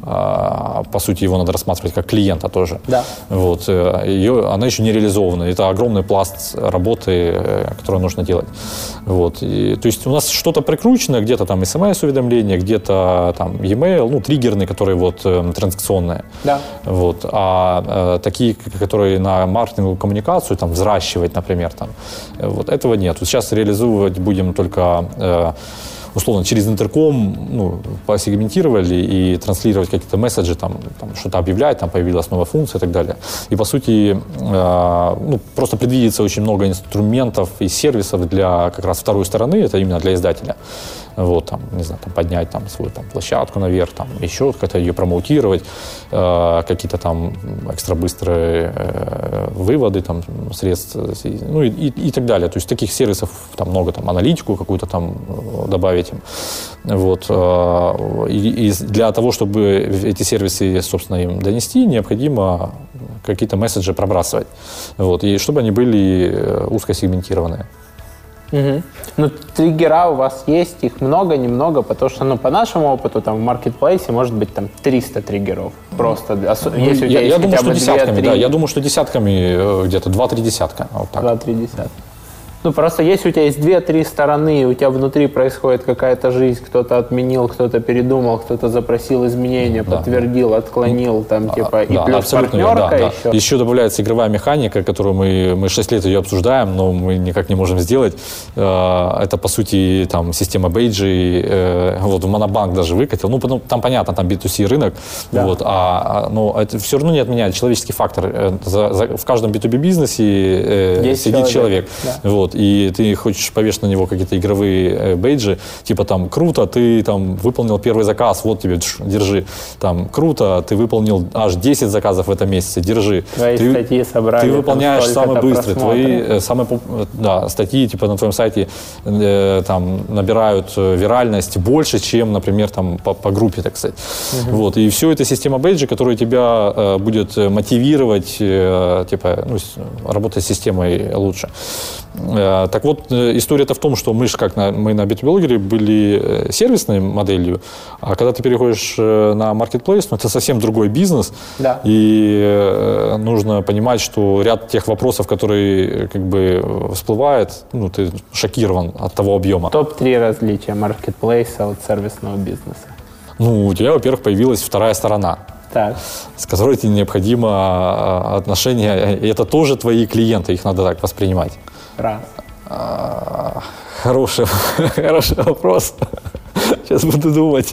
э, по сути, его надо рассматривать как клиента тоже. Да. Вот, э, ее, она еще не реализована. Это огромный пласт работы, э, который нужно делать. Вот, и, то есть у нас что-то прикручено, где-то там эс эм эс-уведомления, где-то там e-mail, ну, триггерные, которые вот э, транзакционные. Да. Вот. А э, такие, которые на маркетинговую коммуникацию, там, взращивать, например, там, э, вот этого нет. Вот сейчас реализовывать будем только э, условно, через интерком, ну, посегментировали и транслировать какие-то месседжи, там, там что-то объявлять, там появилась новая функция и так далее. И, по сути, э, ну, просто предвидится очень много инструментов и сервисов для как раз второй стороны, это именно для издателя. Вот, там, не знаю, там, поднять там, свою там, площадку наверх, там, еще как-то ее промоутировать, э, какие-то там экстра быстрые э, выводы там, средств, ну и, и, и так далее. То есть таких сервисов там много, там, аналитику какую-то там добавить им. Вот, э, и, и для того, чтобы эти сервисы, собственно, им донести, необходимо какие-то месседжи пробрасывать. Вот, и чтобы они были узкосегментированные. Угу. Ну, триггера у вас есть, их много, немного, потому что, ну, по нашему опыту, там, в маркетплейсе может быть, там, триста триггеров просто. Ну, если у тебя я, есть я думаю, что десятками, две-три... да, я думаю, что десятками, где-то два-три десятка. Вот так. два-три десятка. Ну, просто если у тебя есть две-три стороны, и у тебя внутри происходит какая-то жизнь, кто-то отменил, кто-то передумал, кто-то запросил изменения, да, подтвердил, отклонил, там, типа, и да, плюс партнерка да, да. еще. Еще добавляется игровая механика, которую мы, мы шесть лет ее обсуждаем, но мы никак не можем сделать. Это, по сути, там, система бейджей, вот, в Монобанк даже выкатил. Ну, потом, там, понятно, там би ту си рынок, да. Вот, а, но это все равно не отменяет человеческий фактор. За, за, в каждом би ту би бизнесе есть сидит человек. человек. Да. Вот. и ты хочешь повешать на него какие-то игровые бейджи, типа там круто, ты там выполнил первый заказ, вот тебе, держи, там круто, ты выполнил аж десять заказов в этом месяце, держи. Твои ты, статьи собрали. Ты выполняешь самые быстрые, твои самые да, статьи типа на твоем сайте э, там набирают виральность больше, чем, например, там по, по группе, так сказать. Угу. Вот, и все это система бейджи, которая тебя э, будет мотивировать, э, типа, ну, работать с системой лучше. Э, так вот, история-то в том, что мы же как на, мы на би ту би Blogger были сервисной моделью, а когда ты переходишь на Marketplace, ну, это совсем другой бизнес, да. И э, нужно понимать, что ряд тех вопросов, которые как бы всплывают, ну, ты шокирован от того объема. топ три различия маркетплейса от сервисного бизнеса. Ну, у тебя, во-первых, появилась вторая сторона, так. с которой тебе необходимо отношения. И это тоже твои клиенты, их надо так воспринимать. Раз. А, хороший, хороший вопрос. Сейчас буду думать.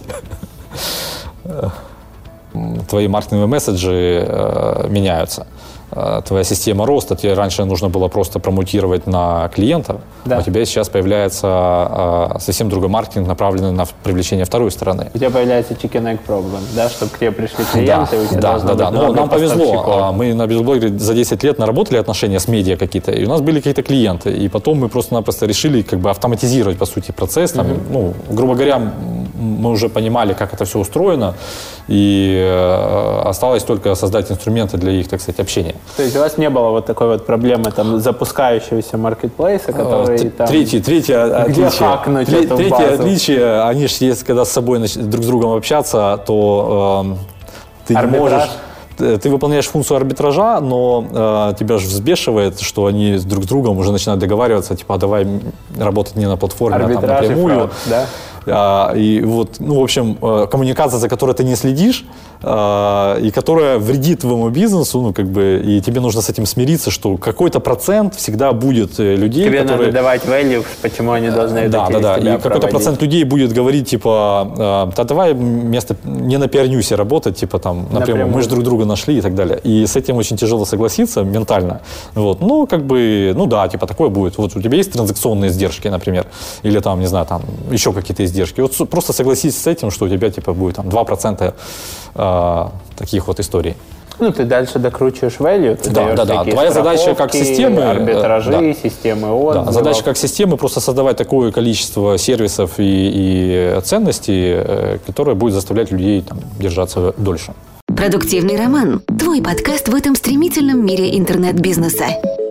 Твои маркетинговые месседжи э, меняются. Твоя система роста, тебе раньше нужно было просто промутировать на клиентов, да. А у тебя сейчас появляется а, совсем другой маркетинг, направленный на привлечение второй стороны. У тебя появляется chicken egg problem, да, чтобы к тебе пришли клиенты, да, у тебя да, должно да, быть да. много Но нам повезло, поставщиков. Мы на BusinessBlogger за десять лет наработали отношения с медиа какие-то, и у нас были какие-то клиенты, и потом мы просто-напросто решили как бы автоматизировать, по сути, процесс. Там, mm-hmm. ну, грубо говоря, мы уже понимали, как это все устроено, и э, осталось только создать инструменты для их, так сказать, общения. То есть у вас не было вот такой вот проблемы там запускающегося маркетплейса, который Т- там... Третье, третье где отличие. хакнуть Тре- эту третье базу? отличие, они же, если когда с собой нач- друг с другом общаться, то э, ты не Арбитраж? можешь... Ты выполняешь функцию арбитража, но э, тебя же взбешивает, что они друг с другом уже начинают договариваться, типа, а давай работать не на платформе, арбитраж а там напрямую. И фрод, да? А, и вот, ну, в общем, коммуникация, за которой ты не следишь, а, и которая вредит твоему бизнесу, ну, как бы, и тебе нужно с этим смириться, что какой-то процент всегда будет людей, тебе которые... надо давать value, почему они должны это Да, да, да, и какой-то проводить. процент людей будет говорить, типа, да давай вместо, не на пиар-ньюсе работать, типа, там, напрямую, напрямую, мы же друг друга нашли и так далее. И с этим очень тяжело согласиться ментально, вот, ну, как бы, ну, да, типа, такое будет. Вот у тебя есть транзакционные издержки, например, или там, не знаю, там, еще какие-то издержки. Вот просто согласись с этим, что у тебя, типа, будет там два процента э, таких вот историй. Ну, ты дальше докручиваешь value, ты да, даешь да, да. Твоя задача как системы, арбитражи, да. системы отзывов. Да. Задача как системы просто создавать такое количество сервисов и, и ценностей, которое будет заставлять людей там, держаться дольше. Продуктивный роман. Твой подкаст в этом стремительном мире интернет-бизнеса.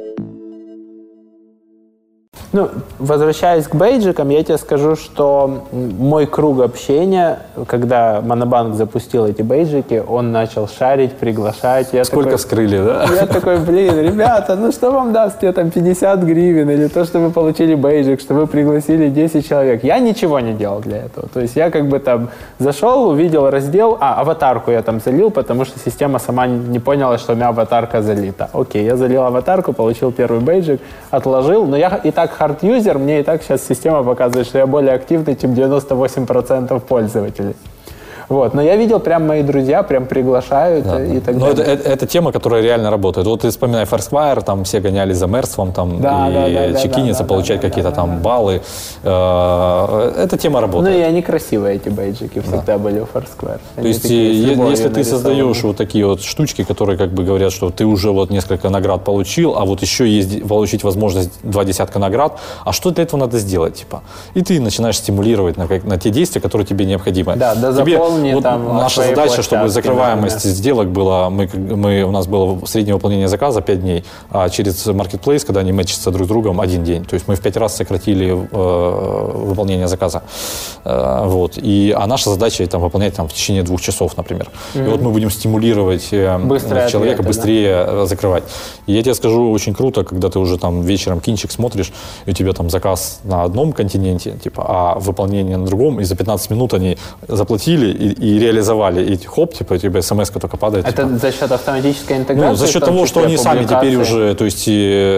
Ну, возвращаясь к бейджикам, я тебе скажу, что мой круг общения, когда Монобанк запустил эти бейджики, он начал шарить, приглашать. Я Сколько такой, скрыли, да? Я такой, блин, ребята, ну что вам даст мне там пятьдесят гривен, или то, что вы получили бейджик, что вы пригласили десять человек. Я ничего не делал для этого. То есть я как бы там зашел, увидел раздел, а, аватарку я там залил, потому что система сама не поняла, что у меня аватарка залита. Окей, я залил аватарку, получил первый бейджик, отложил, но я и так хард-юзер, мне и так сейчас система показывает, что я более активный, чем девяносто восемь процентов пользователей. Вот. Но я видел, прям мои друзья прям приглашают да, и да. так Но далее. это, это, это тема, которая реально работает. Вот ты вспоминай Foursquare, там все гонялись за мерством, там, да, и да, да, чекиниться, да, получать да, какие-то да, там да. баллы. Эта тема работает. Ну и они красивые, эти бейджики, всегда да. были у Foursquare. То есть, если ты создаешь вот такие вот штучки, которые как бы говорят, что ты уже вот несколько наград получил, а вот еще есть получить возможность два десятка наград, а что для этого надо сделать, типа? И ты начинаешь стимулировать на, на те действия, которые тебе необходимы. Да, да, тебе, заполни вот там наша задача, чтобы закрываемость например. сделок была, мы, мы, у нас было среднее выполнение заказа пять дней, а через Marketplace, когда они мэчатся друг с другом, один день. То есть мы в пять раз сократили э, выполнение заказа. Э, вот. И, а наша задача там, выполнять там, в течение двух часов, например. Mm-hmm. И вот мы будем стимулировать э, человека ответы, быстрее да? закрывать. И я тебе скажу, очень круто, когда ты уже там вечером кинчик смотришь, и у тебя там заказ на одном континенте, типа, а выполнение на другом, и за пятнадцать минут они заплатили, и, и реализовали, и хоп, типа, тебе смс-ка только падает. Это типа. за счет автоматической интеграции? Ну, за счет того, что они сами теперь уже, то есть,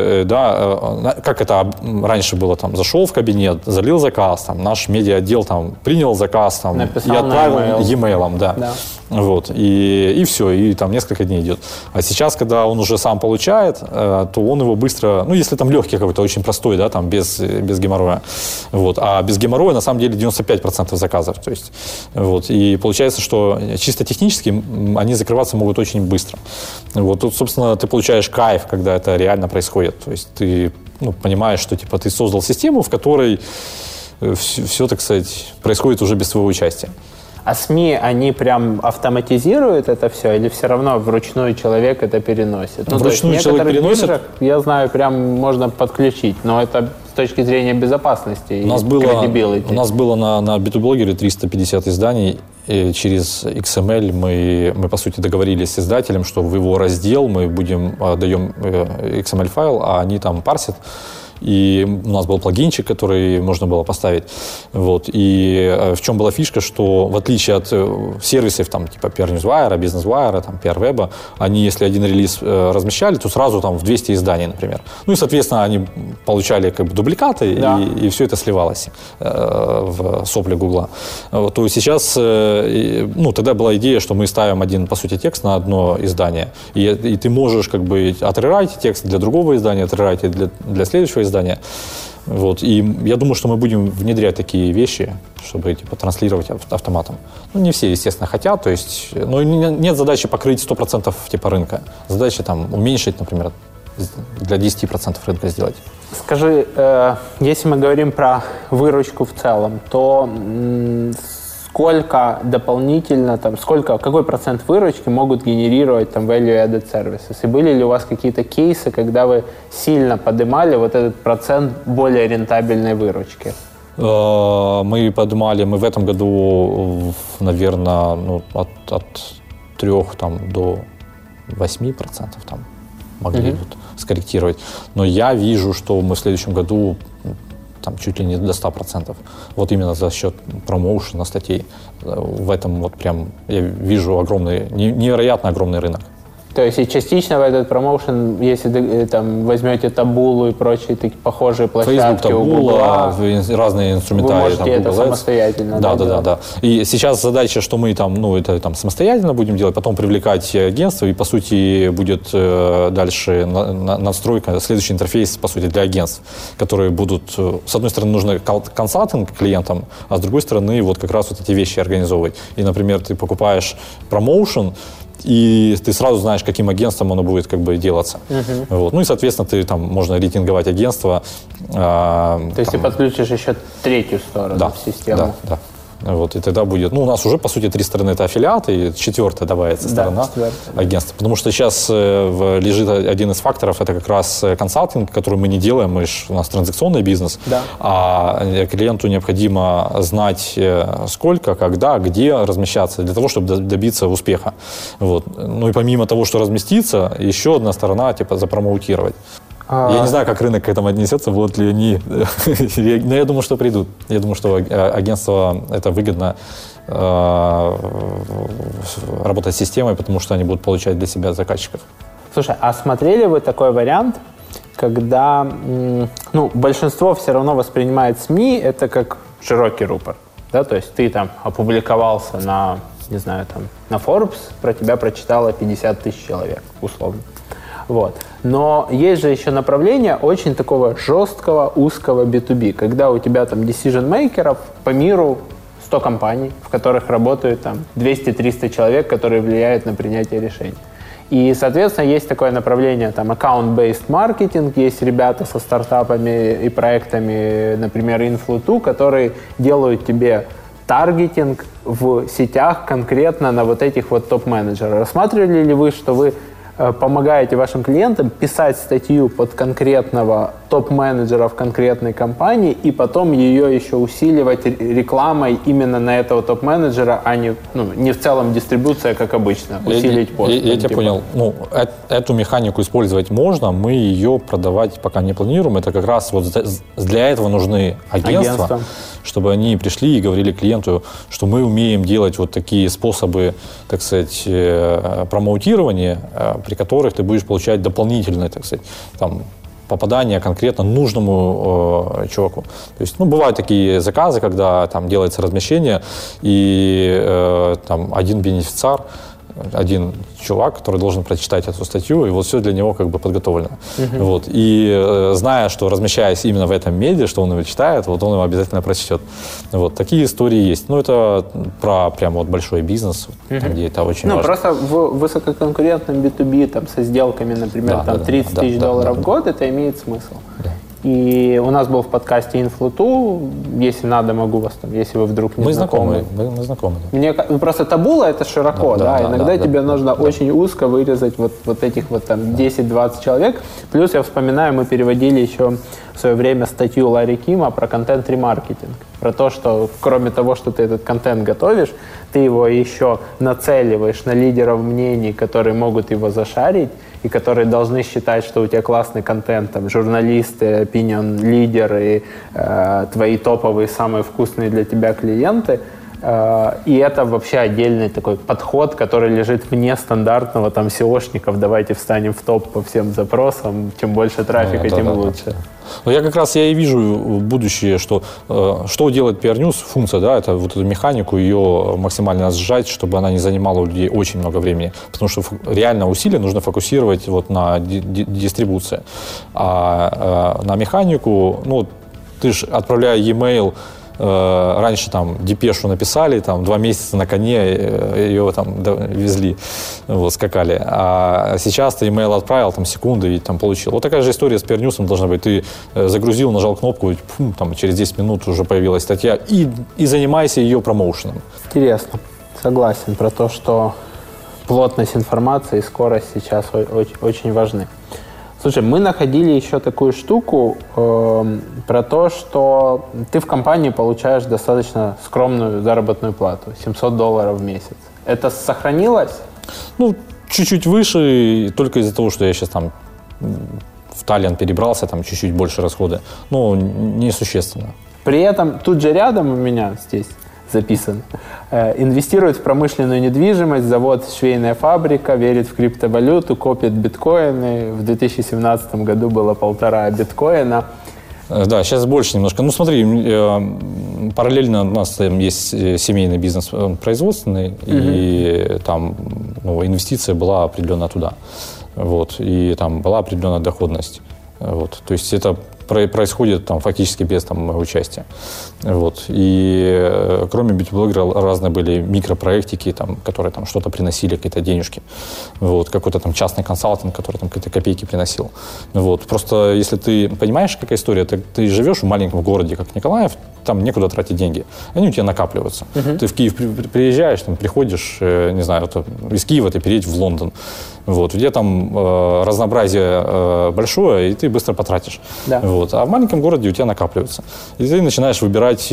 да, как это раньше было, там, зашел в кабинет, залил заказ, там, наш медиа-отдел там принял заказ, там, написал и отправил e-mail. e-mail, да. да. Вот, и, и все, и там несколько дней идет. А сейчас, когда он уже сам получает, то он его быстро, ну, если там легкий какой-то, очень простой, да, там, без, без геморроя. Вот, а без геморроя, на самом деле, девяносто пять процентов заказов. То есть, вот, и получается, что чисто технически они закрываться могут очень быстро. Вот, тут, собственно, ты получаешь кайф, когда это реально происходит. То есть ты, ну, понимаешь, что, типа, ты создал систему, в которой все, все, так сказать, происходит уже без твоего участия. А СМИ, они прям автоматизируют это все или все равно вручную человек это переносит? Ну, вручную человек переносит? Биржах, я знаю, прям можно подключить, но это с точки зрения безопасности у нас и было, credibility. У нас было на, на би ту блогере триста пятьдесят изданий, и через икс эм эль мы, мы, по сути, договорились с издателем, что в его раздел мы будем, даем икс эм эль файл, а они там парсят. И у нас был плагинчик, который можно было поставить. Вот. И в чем была фишка, что в отличие от сервисов там, типа пи ар-Newswire, Businesswire, там, пи ар-Web, они, если один релиз размещали, то сразу там в двести изданий, например. Ну и, соответственно, они получали как бы дубликаты, да. и, и все это сливалось э, в сопли Гугла. Вот. То сейчас, э, ну, тогда была идея, что мы ставим один, по сути, текст на одно издание. И, и ты можешь как бы отрерайтить текст для другого издания, отрерайтить для, для следующего издания. Вот. И я думаю, что мы будем внедрять такие вещи, чтобы типа, транслировать автоматом. Ну, не все, естественно, хотят. То есть, но нет задачи покрыть сто процентов типа, рынка. Задача там, уменьшить, например, для десять процентов рынка сделать. Скажи, э, если мы говорим про выручку в целом, то м- сколько дополнительно, там, сколько, какой процент выручки могут генерировать там value-added services? И были ли у вас какие-то кейсы, когда вы сильно поднимали вот этот процент более рентабельной выручки? Мы поднимали, мы в этом году, наверное, ну, от, от трех там, до восьми процентов там, могли mm-hmm. вот, скорректировать. Но я вижу, что мы в следующем году там чуть ли не до ста процентов. Вот именно за счет промоушена статей. В этом вот прям я вижу огромный, невероятно огромный рынок. То есть и частично в этот промоушен, если там возьмете Табулу и прочие такие похожие площадки Facebook, у Гугла, разные инструментарии. Вы можете там, это Google самостоятельно да, да, да, да, да. И сейчас задача, что мы там, ну, это там самостоятельно будем делать, потом привлекать агентство, и по сути будет э, дальше на, на, настройка, следующий интерфейс, по сути, для агентств, которые будут, с одной стороны, нужно консалтинг клиентам, а с другой стороны, вот как раз вот эти вещи организовывать. И, например, ты покупаешь промоушен, и ты сразу знаешь, каким агентством оно будет как бы делаться. Uh-huh. Вот. Ну и, соответственно, ты там можно рейтинговать агентство. Э, То есть там, ты подключишь еще третью сторону да, в систему. Да, да. Вот, и тогда будет, ну, у нас уже, по сути, три стороны это аффилиаты, и четвертая добавится сторона да, агентства. Потому что сейчас э, в, лежит один из факторов, это как раз консалтинг, который мы не делаем, мы ж, у нас транзакционный бизнес, да. а клиенту необходимо знать, сколько, когда, где размещаться, для того, чтобы добиться успеха. Вот. Ну и помимо того, что разместиться, еще одна сторона, типа, запромоутировать. Я не знаю, как рынок к этому отнесется, будут ли они, но я думаю, что придут. Я думаю, что агентство это выгодно э, работать с системой, потому что они будут получать для себя заказчиков. Слушай, а смотрели вы такой вариант, когда ну, большинство все равно воспринимает СМИ это как широкий рупор, да, то есть ты там опубликовался на, не знаю, там, на Forbes, про тебя прочитало пятьдесят тысяч человек, условно. Вот. Но есть же еще направление очень такого жесткого, узкого би ту би, когда у тебя там decision-мейкеров по миру сто компаний, в которых работают там двести-триста человек, которые влияют на принятие решений. И, соответственно, есть такое направление, там, account-based маркетинг, есть ребята со стартапами и проектами, например, Influ.to, которые делают тебе таргетинг в сетях конкретно на вот этих вот топ-менеджеров. Рассматривали ли вы, что вы помогаете вашим клиентам писать статью под конкретного топ-менеджеров конкретной компании и потом ее еще усиливать рекламой именно на этого топ-менеджера, а не, ну, не в целом дистрибуция, как обычно, усилить я, пост. Я, я тебя типа. понял. Ну, э, эту механику использовать можно, мы ее продавать пока не планируем. Это как раз вот для этого нужны агентства, агентство. Чтобы они пришли и говорили клиенту, что мы умеем делать вот такие способы, так сказать, промоутирования, при которых ты будешь получать дополнительное, так сказать, там, попадание конкретно нужному э, чуваку. То есть, ну, бывают такие заказы, когда там делается размещение, и э, там один бенефициар, один чувак, который должен прочитать эту статью, и вот все для него как бы подготовлено. Uh-huh. Вот. И э, зная, что размещаясь именно в этом медиа, что он его читает, вот он его обязательно прочтет. Вот. Такие истории есть. Ну, это про прям вот большой бизнес, uh-huh. там, где это очень ну, важно. Просто в высококонкурентном би ту би там, со сделками, например, да, там, да, тридцать тысяч да, долларов да, в год, да. Это имеет смысл. Да. И у нас был в подкасте Influ.to, если надо, могу вас там, если вы вдруг не мы знакомы. Мы, мы знакомы. Да. Мне, просто табула это широко, да, да, да иногда да, тебе да, нужно да, очень да. узко вырезать вот, вот этих вот там десять-двадцать человек. Плюс я вспоминаю, мы переводили еще в свое время статью Ларри Кима про контент-ремаркетинг. Про то, что кроме того, что ты этот контент готовишь, ты его еще нацеливаешь на лидеров мнений, которые могут его зашарить, и которые должны считать, что у тебя классный контент, там, журналисты, опинион-лидеры, э, твои топовые, самые вкусные для тебя клиенты. Э, и это вообще отдельный такой подход, который лежит вне стандартного там сеошников. Давайте встанем в топ по всем запросам. Чем больше трафика, ну, да, тем да, лучше. Да. Но я как раз я и вижу будущее, что э, что делает пи ар News, функция, да, это вот эту механику, ее максимально сжать, чтобы она не занимала у людей очень много времени. Потому что реально усилия нужно фокусировать вот на ди- ди- дистрибуции. А э, на механику, ну, ты же, отправляя e-mail, э, раньше там депешу написали, там два месяца на коне э, ее там везли, вот, скакали. А сейчас ты email отправил, там секунды и там получил. Вот такая же история с пи ар News должна быть. Ты э, загрузил, нажал кнопку, и, пум, там через десять минут уже появилась статья, и, и занимайся ее промоушеном. Интересно. Согласен про то, что плотность информации и скорость сейчас очень, очень важны. Слушай, мы находили еще такую штуку э, про то, что ты в компании получаешь достаточно скромную заработную плату, семьсот долларов в месяц. Это сохранилось? Ну, чуть-чуть выше, только из-за того, что я сейчас там в Таллин перебрался, там чуть-чуть больше расходы. Ну, несущественно. При этом тут же рядом у меня здесь записан. Э, инвестирует в промышленную недвижимость, завод «Швейная фабрика», верит в криптовалюту, копит биткоины. В две тысячи семнадцатом году было полтора биткоина. Да, сейчас больше немножко. Ну, смотри, э, параллельно у нас там есть семейный бизнес производственный, угу. и там ну, инвестиция была определенно туда. Вот, и там была определенная доходность. Вот, то есть это происходит там фактически без там, моего участия. Вот. И э, кроме бьюти-блогера разные были микропроектики, там, которые там что-то приносили, какие-то денежки. Вот. Какой-то там частный консалтинг, который там какие-то копейки приносил. Вот. Просто если ты понимаешь, какая история, ты, ты живешь в маленьком городе, как Николаев, там некуда тратить деньги. Они у тебя накапливаются. Uh-huh. Ты в Киев при, при, приезжаешь, там, приходишь, э, не знаю, вот, из Киева ты переедешь в Лондон. Вот, где там э, разнообразие э, большое, и ты быстро потратишь. Да. Вот, а в маленьком городе у тебя накапливается. И ты начинаешь выбирать,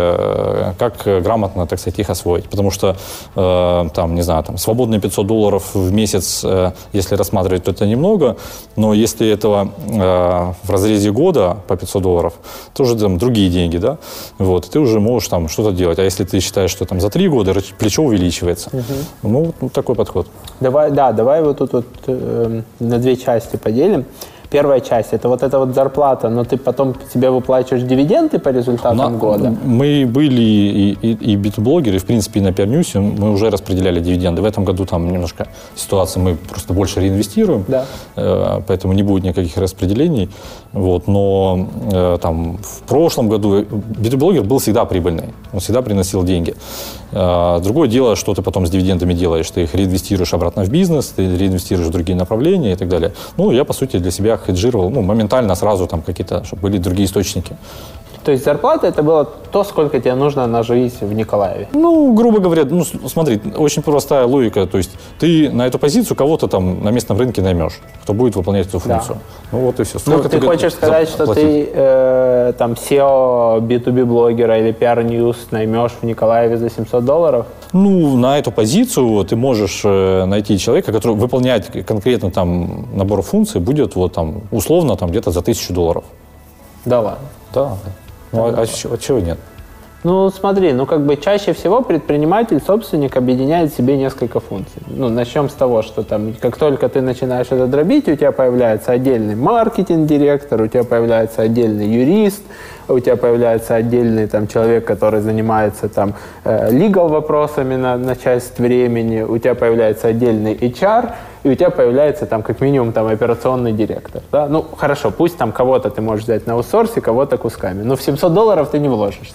э, как грамотно, так сказать, их освоить. Потому что, э, там, не знаю, там, свободные пятьсот долларов в месяц, э, если рассматривать, то это немного. Но если этого э, в разрезе года по пятьсот долларов, то уже там другие деньги, да? Вот, ты уже можешь там что-то делать. А если ты считаешь, что там за три года плечо увеличивается, угу. ну, вот такой подход. Давай, да, давай вот тут вот, э, на две части поделим. Первая часть – это вот эта вот зарплата, но ты потом себе выплачиваешь дивиденды по результатам на, года? Мы были и, и, и бьюти-блогеры, и, в принципе, и на пи ар News мы уже распределяли дивиденды. В этом году там немножко ситуация, мы просто больше реинвестируем, да. э, поэтому не будет никаких распределений. Вот, но э, там, в прошлом году бьюти-блогер был всегда прибыльный, он всегда приносил деньги. Э, другое дело, что ты потом с дивидендами делаешь, ты их реинвестируешь обратно в бизнес, ты реинвестируешь в другие направления и так далее. Ну, я, по сути, для себя хеджировал, ну, моментально сразу там какие-то, чтобы были другие источники. То есть зарплата это было то, сколько тебе нужно на жизнь в Николаеве? Ну, грубо говоря, ну, смотри, очень простая логика. То есть ты на эту позицию кого-то там на местном рынке наймешь, кто будет выполнять эту функцию. Да. Ну, вот и все. Сколько ну, ты, ты хочешь сказать, что ты э, там сео би ту би блогера или пи ар News наймешь в Николаеве за семьсот долларов? Ну, на эту позицию ты можешь найти человека, который выполняет конкретно там набор функций, будет вот там условно там где-то за тысячу долларов. Да ладно? Да. Ну, а, а, а чего нет? Ну, смотри, ну, как бы чаще всего предприниматель, собственник объединяет в себе несколько функций. Ну, начнем с того, что там, как только ты начинаешь это дробить, у тебя появляется отдельный маркетинг-директор, у тебя появляется отдельный юрист, у тебя появляется отдельный там человек, который занимается там э, legal вопросами на, на часть времени, у тебя появляется отдельный эйч ар, и у тебя появляется там как минимум там операционный директор. Да? Ну, хорошо, пусть там кого-то ты можешь взять на аутсорсе, кого-то кусками, но в семьсот долларов ты не вложишься.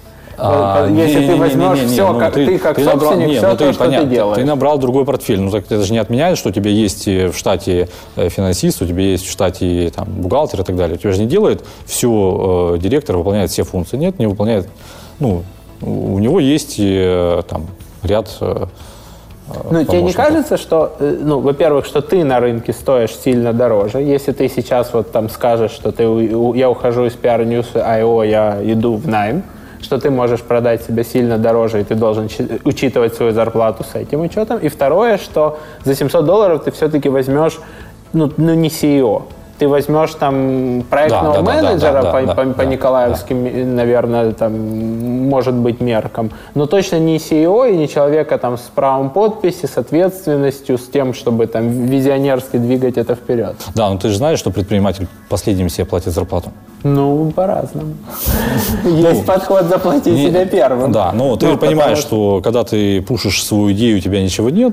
А, Если не, ты возьмешь не, не, не, все, не, как, ну, ты, ты как ты собственник, набрал, не, все ну, то, ты, что понятно, ты делаешь. Ты набрал другой портфель. Ну, так это же не отменяет, что у тебя есть в штате финансист, у тебя есть в штате там, бухгалтер и так далее. У тебя же не делает все, э, директор выполняет все функции. Нет, не выполняет. Ну, у него есть э, там ряд э, Ну, тебе не кажется, что, ну, во-первых, что ты на рынке стоишь сильно дороже? Если ты сейчас вот там скажешь, что ты, я ухожу из пи ар News точка ай о, я иду в найм, что ты можешь продать себя сильно дороже, и ты должен учитывать свою зарплату с этим учетом. И второе, что за семьсот долларов ты все-таки возьмешь, ну, ну не си и о. Ты возьмешь там проектного да, да, менеджера да, да, по, да, по, да, по николаевским, да. наверное, там, может быть, меркам, но точно не си и о и не человека там с правом подписи, с ответственностью, с тем, чтобы там визионерски двигать это вперед. Да, но ты же знаешь, что предприниматель последним себе платит зарплату. Ну, по-разному. Есть подход заплатить себе первым. Да, но ты понимаешь, что когда ты пушишь свою идею, у тебя ничего нет,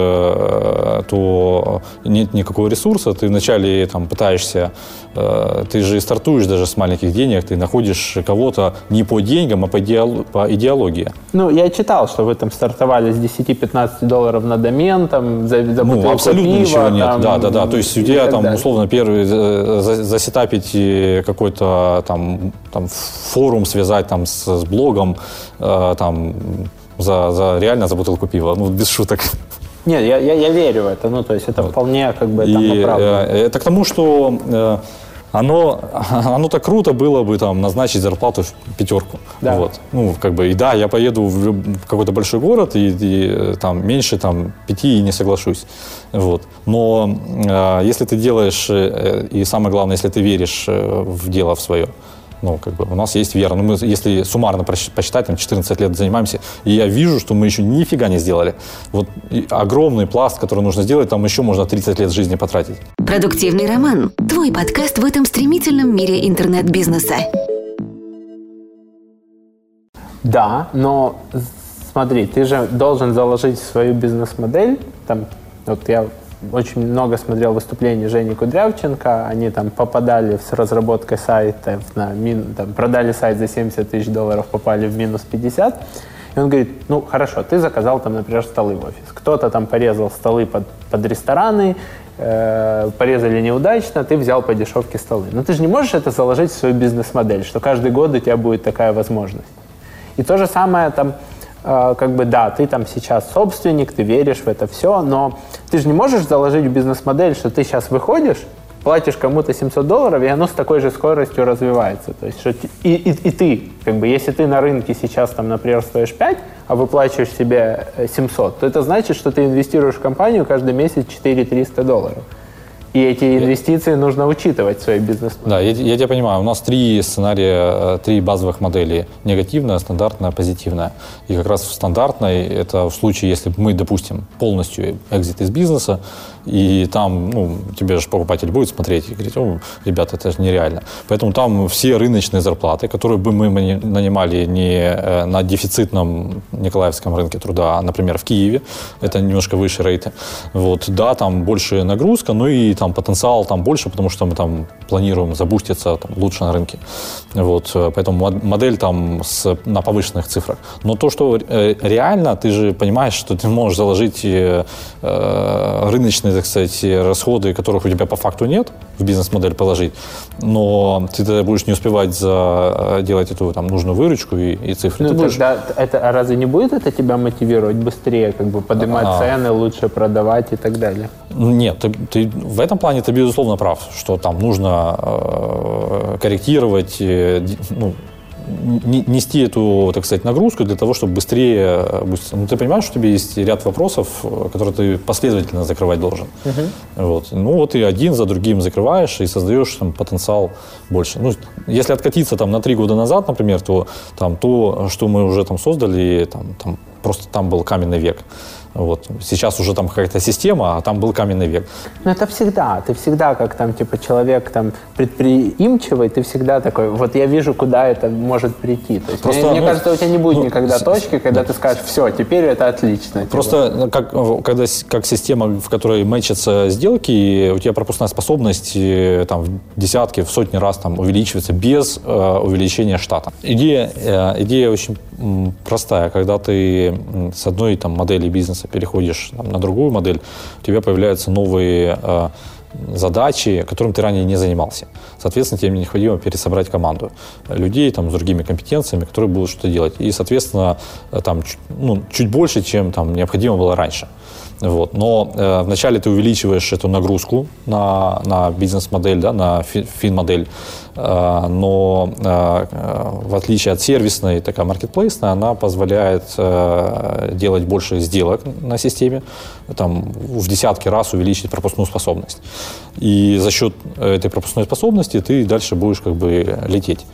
то нет никакого ресурса, ты вначале там пытаешься, ты же стартуешь даже с маленьких денег, ты находишь кого-то не по деньгам, а по идеологии. Ну, я читал, что вы там стартовали с десять-пятнадцать долларов на домен, там, за бутылку Ну, абсолютно пива, ничего нет, там, да, да, да, то есть у тебя там, условно, первый засетапить какой-то там, там форум связать там с, с блогом э, там за, за реально за бутылку пива, ну без шуток. Нет, я, я, я верю в это, ну то есть это вот. Вполне как бы там И, оправдано. Э, это к тому, что э, оно, оно так круто было бы там назначить зарплату в пятерку. Да. Вот. Ну, как бы, и да, я поеду в, в какой-то большой город, и, и там меньше там, пяти и не соглашусь. Вот. Но э, если ты делаешь, э, и самое главное, если ты веришь э, в дело в свое, ну, как бы у нас есть вера. Ну, мы, если суммарно посчитать, там четырнадцать лет занимаемся, и я вижу, что мы еще нифига не сделали. Вот огромный пласт, который нужно сделать, там еще можно тридцать лет жизни потратить. Продуктивный роман. Твой подкаст в этом стремительном мире интернет-бизнеса. Да, но смотри, ты же должен заложить свою бизнес-модель. Там, вот я очень много смотрел выступлений Жени Кудрявченко. Они там попадали с разработкой сайта, на мин, там, продали сайт за семьдесят тысяч долларов, попали в минус пятьдесят. И он говорит, ну хорошо, ты заказал там, например, столы в офис. Кто-то там порезал столы под, под рестораны, э, порезали неудачно, ты взял по дешевке столы. Но ты же не можешь это заложить в свою бизнес-модель, что каждый год у тебя будет такая возможность. И то же самое там, э, как бы, да, ты там сейчас собственник, ты веришь в это все, но ты же не можешь заложить в бизнес-модель, что ты сейчас выходишь, платишь кому-то семьсот долларов, и оно с такой же скоростью развивается. То есть, что и, и, и ты, как бы, если ты на рынке сейчас, там, например, стоишь пять, а выплачиваешь себе семьсот, то это значит, что ты инвестируешь в компанию каждый месяц четыре триста долларов. И эти инвестиции я... нужно учитывать в своей бизнес-модели. Да, я, я тебя понимаю. У нас три сценария, три базовых модели. Негативная, стандартная, позитивная. И как раз в стандартной, это в случае, если мы, допустим, полностью экзит из бизнеса, и там, ну, тебе же покупатель будет смотреть и говорить, о, ребята, это же нереально. Поэтому там все рыночные зарплаты, которые бы мы нанимали не на дефицитном николаевском рынке труда, а, например, в Киеве, это немножко выше рейты. Вот, да, там больше нагрузка, ну и там там потенциал там больше, потому что мы там планируем забуститься там, лучше на рынке. Вот, поэтому модель там с, на повышенных цифрах. Но то, что э, реально, ты же понимаешь, что ты можешь заложить э, рыночные, так сказать, расходы, которых у тебя по факту нет, в бизнес-модель положить, но ты тогда будешь не успевать за, делать эту там, нужную выручку и, и цифры. Ну, ты будешь... тогда это, а разве не будет это тебя мотивировать быстрее, как бы поднимать А-а. цены, лучше продавать и так далее? Нет, ты, ты, в этом плане ты, безусловно, прав, что там нужно э, корректировать, э, ну, нести эту, так сказать, нагрузку для того, чтобы быстрее... Ну, ты понимаешь, что у тебя есть ряд вопросов, которые ты последовательно закрывать должен. Uh-huh. Вот. Ну, вот и один за другим закрываешь и создаешь там потенциал больше. Ну, если откатиться там на три года назад, например, то там то, что мы уже там создали, там, там просто там был каменный век. Вот. Сейчас уже там какая-то система, а там был каменный век. Ну, это всегда. Ты всегда, как там, типа, человек там предприимчивый, ты всегда такой, вот я вижу, куда это может прийти. То есть, просто, мне, мне ну, кажется, у тебя не будет ну, никогда с, точки, когда да. ты скажешь, все, теперь это отлично. Просто, типа. как, когда, как система, в которой мэчатся сделки, у тебя пропускная способность там, в десятки, в сотни раз там, увеличивается без э, увеличения штата. Идея, э, идея очень м, простая. Когда ты м, с одной там, модели бизнеса переходишь там, на другую модель, у тебя появляются новые э, задачи, которым ты ранее не занимался. Соответственно, тебе необходимо пересобрать команду людей там, с другими компетенциями, которые будут что-то делать. И, соответственно, там, ну, чуть больше, чем там, необходимо было раньше. Вот. Но э, вначале ты увеличиваешь эту нагрузку на, на бизнес-модель, да, на фин-модель, э, но э, в отличие от сервисной, такая маркетплейсная, она позволяет э, делать больше сделок на системе, там, в десятки раз увеличить пропускную способность. И за счет этой пропускной способности ты дальше будешь как бы лететь.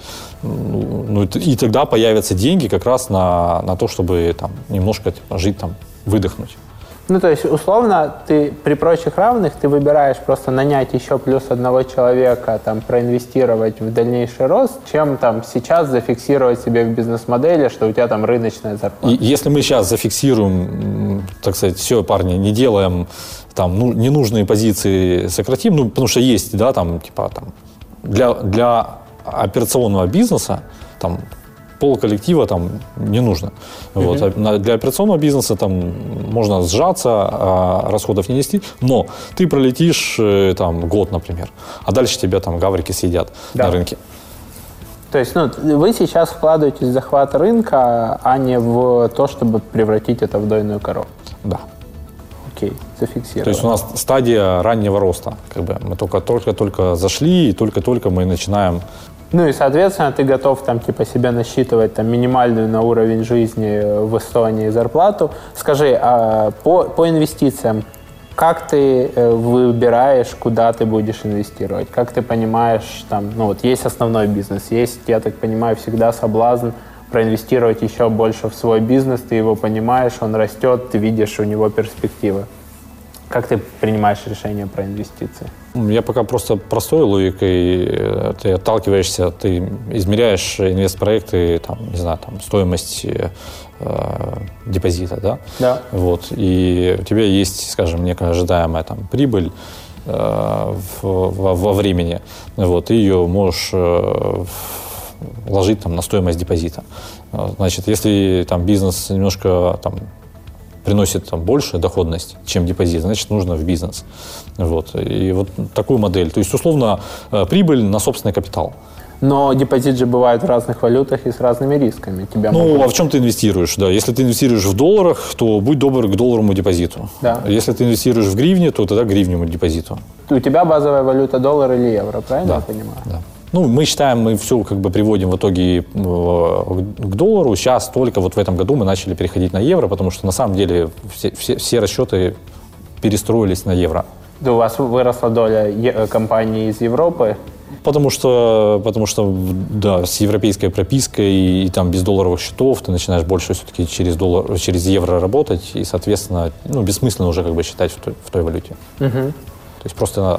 Ну, и тогда появятся деньги как раз на, на то, чтобы там, немножко типа, жить, там, выдохнуть. Ну, то есть, условно, ты при прочих равных ты выбираешь просто нанять еще плюс одного человека, там, проинвестировать в дальнейший рост, чем там сейчас зафиксировать себе в бизнес-модели, что у тебя там рыночная зарплата. И если мы сейчас зафиксируем, так сказать, все, парни, не делаем там ну, ненужные позиции, сократим, ну, потому что есть, да, там, типа, там, для, для операционного бизнеса, там, пол коллектива там не нужно. Uh-huh. Вот. А для операционного бизнеса там можно сжаться, а расходов не нести, но ты пролетишь там год, например, а дальше тебя там гаврики съедят да. на рынке. То есть ну, вы сейчас вкладываетесь в захват рынка, а не в то, чтобы превратить это в дойную корову? Да. Окей, зафиксировано. То есть у нас стадия раннего роста. Как бы мы только-только зашли, и только-только мы начинаем. Ну и, соответственно, ты готов там типа себе насчитывать там минимальную на уровень жизни в Эстонии зарплату. Скажи, а по, по инвестициям, как ты выбираешь, куда ты будешь инвестировать? Как ты понимаешь, там, ну вот есть основной бизнес, есть, я так понимаю, всегда соблазн проинвестировать еще больше в свой бизнес, ты его понимаешь, он растет, ты видишь у него перспективы. Как ты принимаешь решение про инвестиции? Я пока просто простой логикой. Ты отталкиваешься, ты измеряешь инвестпроекты, там, не знаю, там, стоимость э, депозита, да? Да. Вот, и у тебя есть, скажем, некая ожидаемая там, прибыль э, в, во, во времени. Вот, ты ее можешь э, ложить там, на стоимость депозита. Значит, если там, бизнес немножко там, приносит там, большую доходность, чем депозит, значит, нужно в бизнес. Вот. И вот такую модель. То есть, условно, прибыль на собственный капитал. Но депозит же бывает в разных валютах и с разными рисками. Тебя ну, могут... а в чем ты инвестируешь? Да, если ты инвестируешь в долларах, то будь добр к долларовому депозиту. Да. Если ты инвестируешь в гривне, то тогда к гривневому депозиту. У тебя базовая валюта доллар или евро, правильно да. я понимаю? Да. Ну, мы считаем, мы все как бы приводим в итоге к доллару. Сейчас только вот в этом году мы начали переходить на евро, потому что на самом деле все, все, все расчеты перестроились на евро. Да, у вас выросла доля е- компаний из Европы? Потому что, потому что, да, с европейской пропиской и, и там без долларовых счетов ты начинаешь больше все-таки через, доллар, через евро работать, и, соответственно, ну, бессмысленно уже как бы считать в той, в той валюте. Угу. То есть просто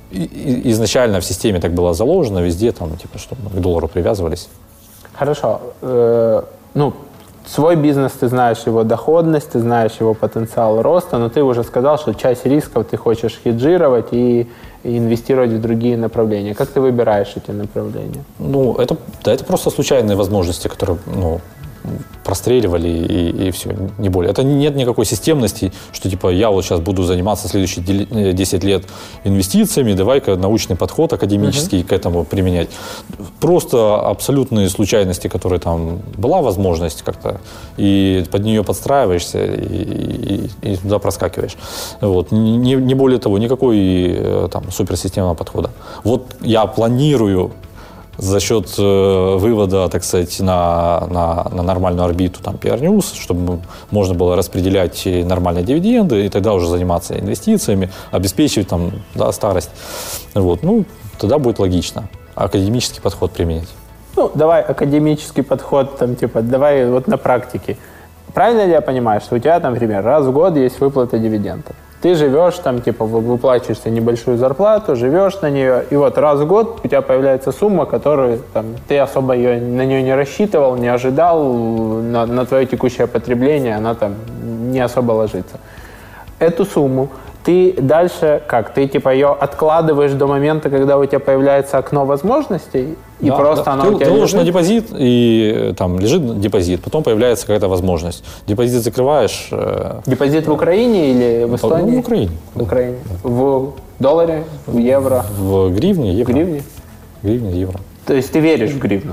и, изначально в системе так было заложено, везде там, типа, чтобы мы к доллару привязывались. Хорошо. Э, ну, свой бизнес, ты знаешь его доходность, ты знаешь его потенциал роста, но ты уже сказал, что часть рисков ты хочешь хеджировать, и и инвестировать в другие направления. Как ты выбираешь эти направления? Ну, это, да, это просто случайные возможности, которые, ну, простреливали и, и все, не более. Это нет никакой системности, что типа я вот сейчас буду заниматься следующие десять лет инвестициями, давай-ка научный подход академический uh-huh. к этому применять. Просто абсолютные случайности, которые там была возможность как-то, и под нее подстраиваешься и, и, и туда проскакиваешь. Вот. Не, не более того, никакой там суперсистемного подхода. Вот я планирую за счет э, вывода, так сказать, на, на, на нормальную орбиту там, пи ар News, чтобы можно было распределять нормальные дивиденды и тогда уже заниматься инвестициями, обеспечивать там, да, старость. Вот. Ну, тогда будет логично академический подход применять. Ну, давай академический подход, там, типа, давай вот на практике. Правильно ли я понимаю, что у тебя, там, например, раз в год есть выплата дивидендов? Ты живешь, там, типа, выплачиваешь себе небольшую зарплату, живешь на нее, и вот раз в год у тебя появляется сумма, которую там, ты особо ее, на нее не рассчитывал, не ожидал, на, на твое текущее потребление она там не особо ложится. Эту сумму ты дальше как? Ты типа ее откладываешь до момента, когда у тебя появляется окно возможностей, и да, просто да. она ты, у тебя ты лежит? ложишь на депозит, и там лежит депозит, потом появляется какая-то возможность. Депозит закрываешь. Э... Депозит в Украине или в Эстонии? Ну, в Украине. В Украине. Да. В долларе, в евро? В гривне, евро. В гривне? Гривне, евро. То есть ты веришь в гривну?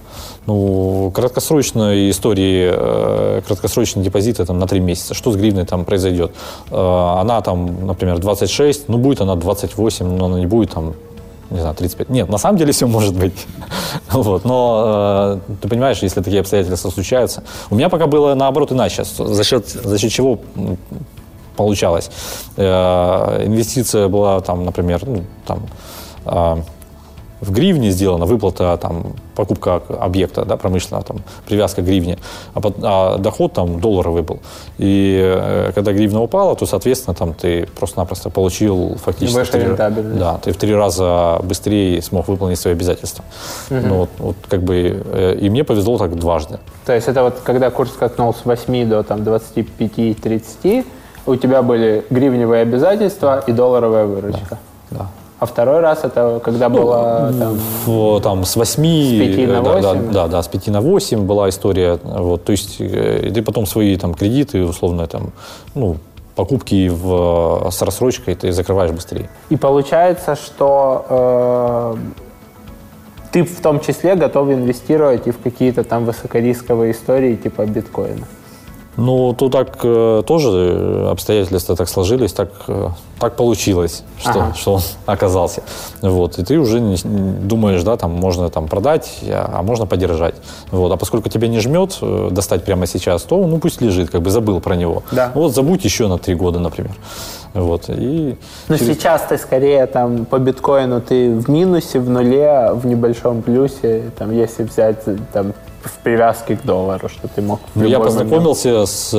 Ну, краткосрочные истории, э, краткосрочные депозиты там, на три месяца. Что с гривной там произойдет? Э, она там, например, двадцать шесть, ну, будет она двадцать восемь, но она не будет там, не знаю, тридцать пять. Нет, на самом деле все может быть. Вот. Но э, ты понимаешь, если такие обстоятельства случаются. У меня пока было наоборот иначе. За счет, за счет чего получалось? Э, инвестиция была там, например, ну, там... Э, в гривне сделана выплата, там, покупка объекта, да, промышленного, там, привязка к гривне, а, под, а доход там долларовый был. И э, когда гривна упала, то, соответственно, там, ты просто-напросто получил фактически... Больше рентабельность. Да, ты в три раза быстрее смог выполнить свои обязательства. Угу. Ну, вот, вот, как бы, э, и мне повезло так дважды. То есть это вот когда курс скакнул с восьми до там, двадцати пяти — тридцати, у тебя были гривневые обязательства и долларовая выручка. Да. да. А второй раз это когда ну, было там, в, там с восьми, с пяти на восемь? Да, да, да, да, с пяти на восемь была история. Вот, то есть и ты потом свои там кредиты, условно, там, ну, покупки в, с рассрочкой ты закрываешь быстрее. И получается, что э, ты в том числе готов инвестировать и в какие-то там высокорисковые истории типа биткоина. Ну, то так э, тоже обстоятельства так сложились, так, э, так получилось, что, ага. что он оказался. Вот. И ты уже не, думаешь, да, там можно там продать, а можно подержать. Вот. А поскольку тебя не жмет э, достать прямо сейчас, то ну пусть лежит, как бы забыл про него. Да. Вот забудь еще на три года, например. Вот. И Но через... сейчас ты скорее там по биткоину ты в минусе, в нуле, в небольшом плюсе, там, если взять там, в привязке к доллару, что ты мог... Я познакомился с,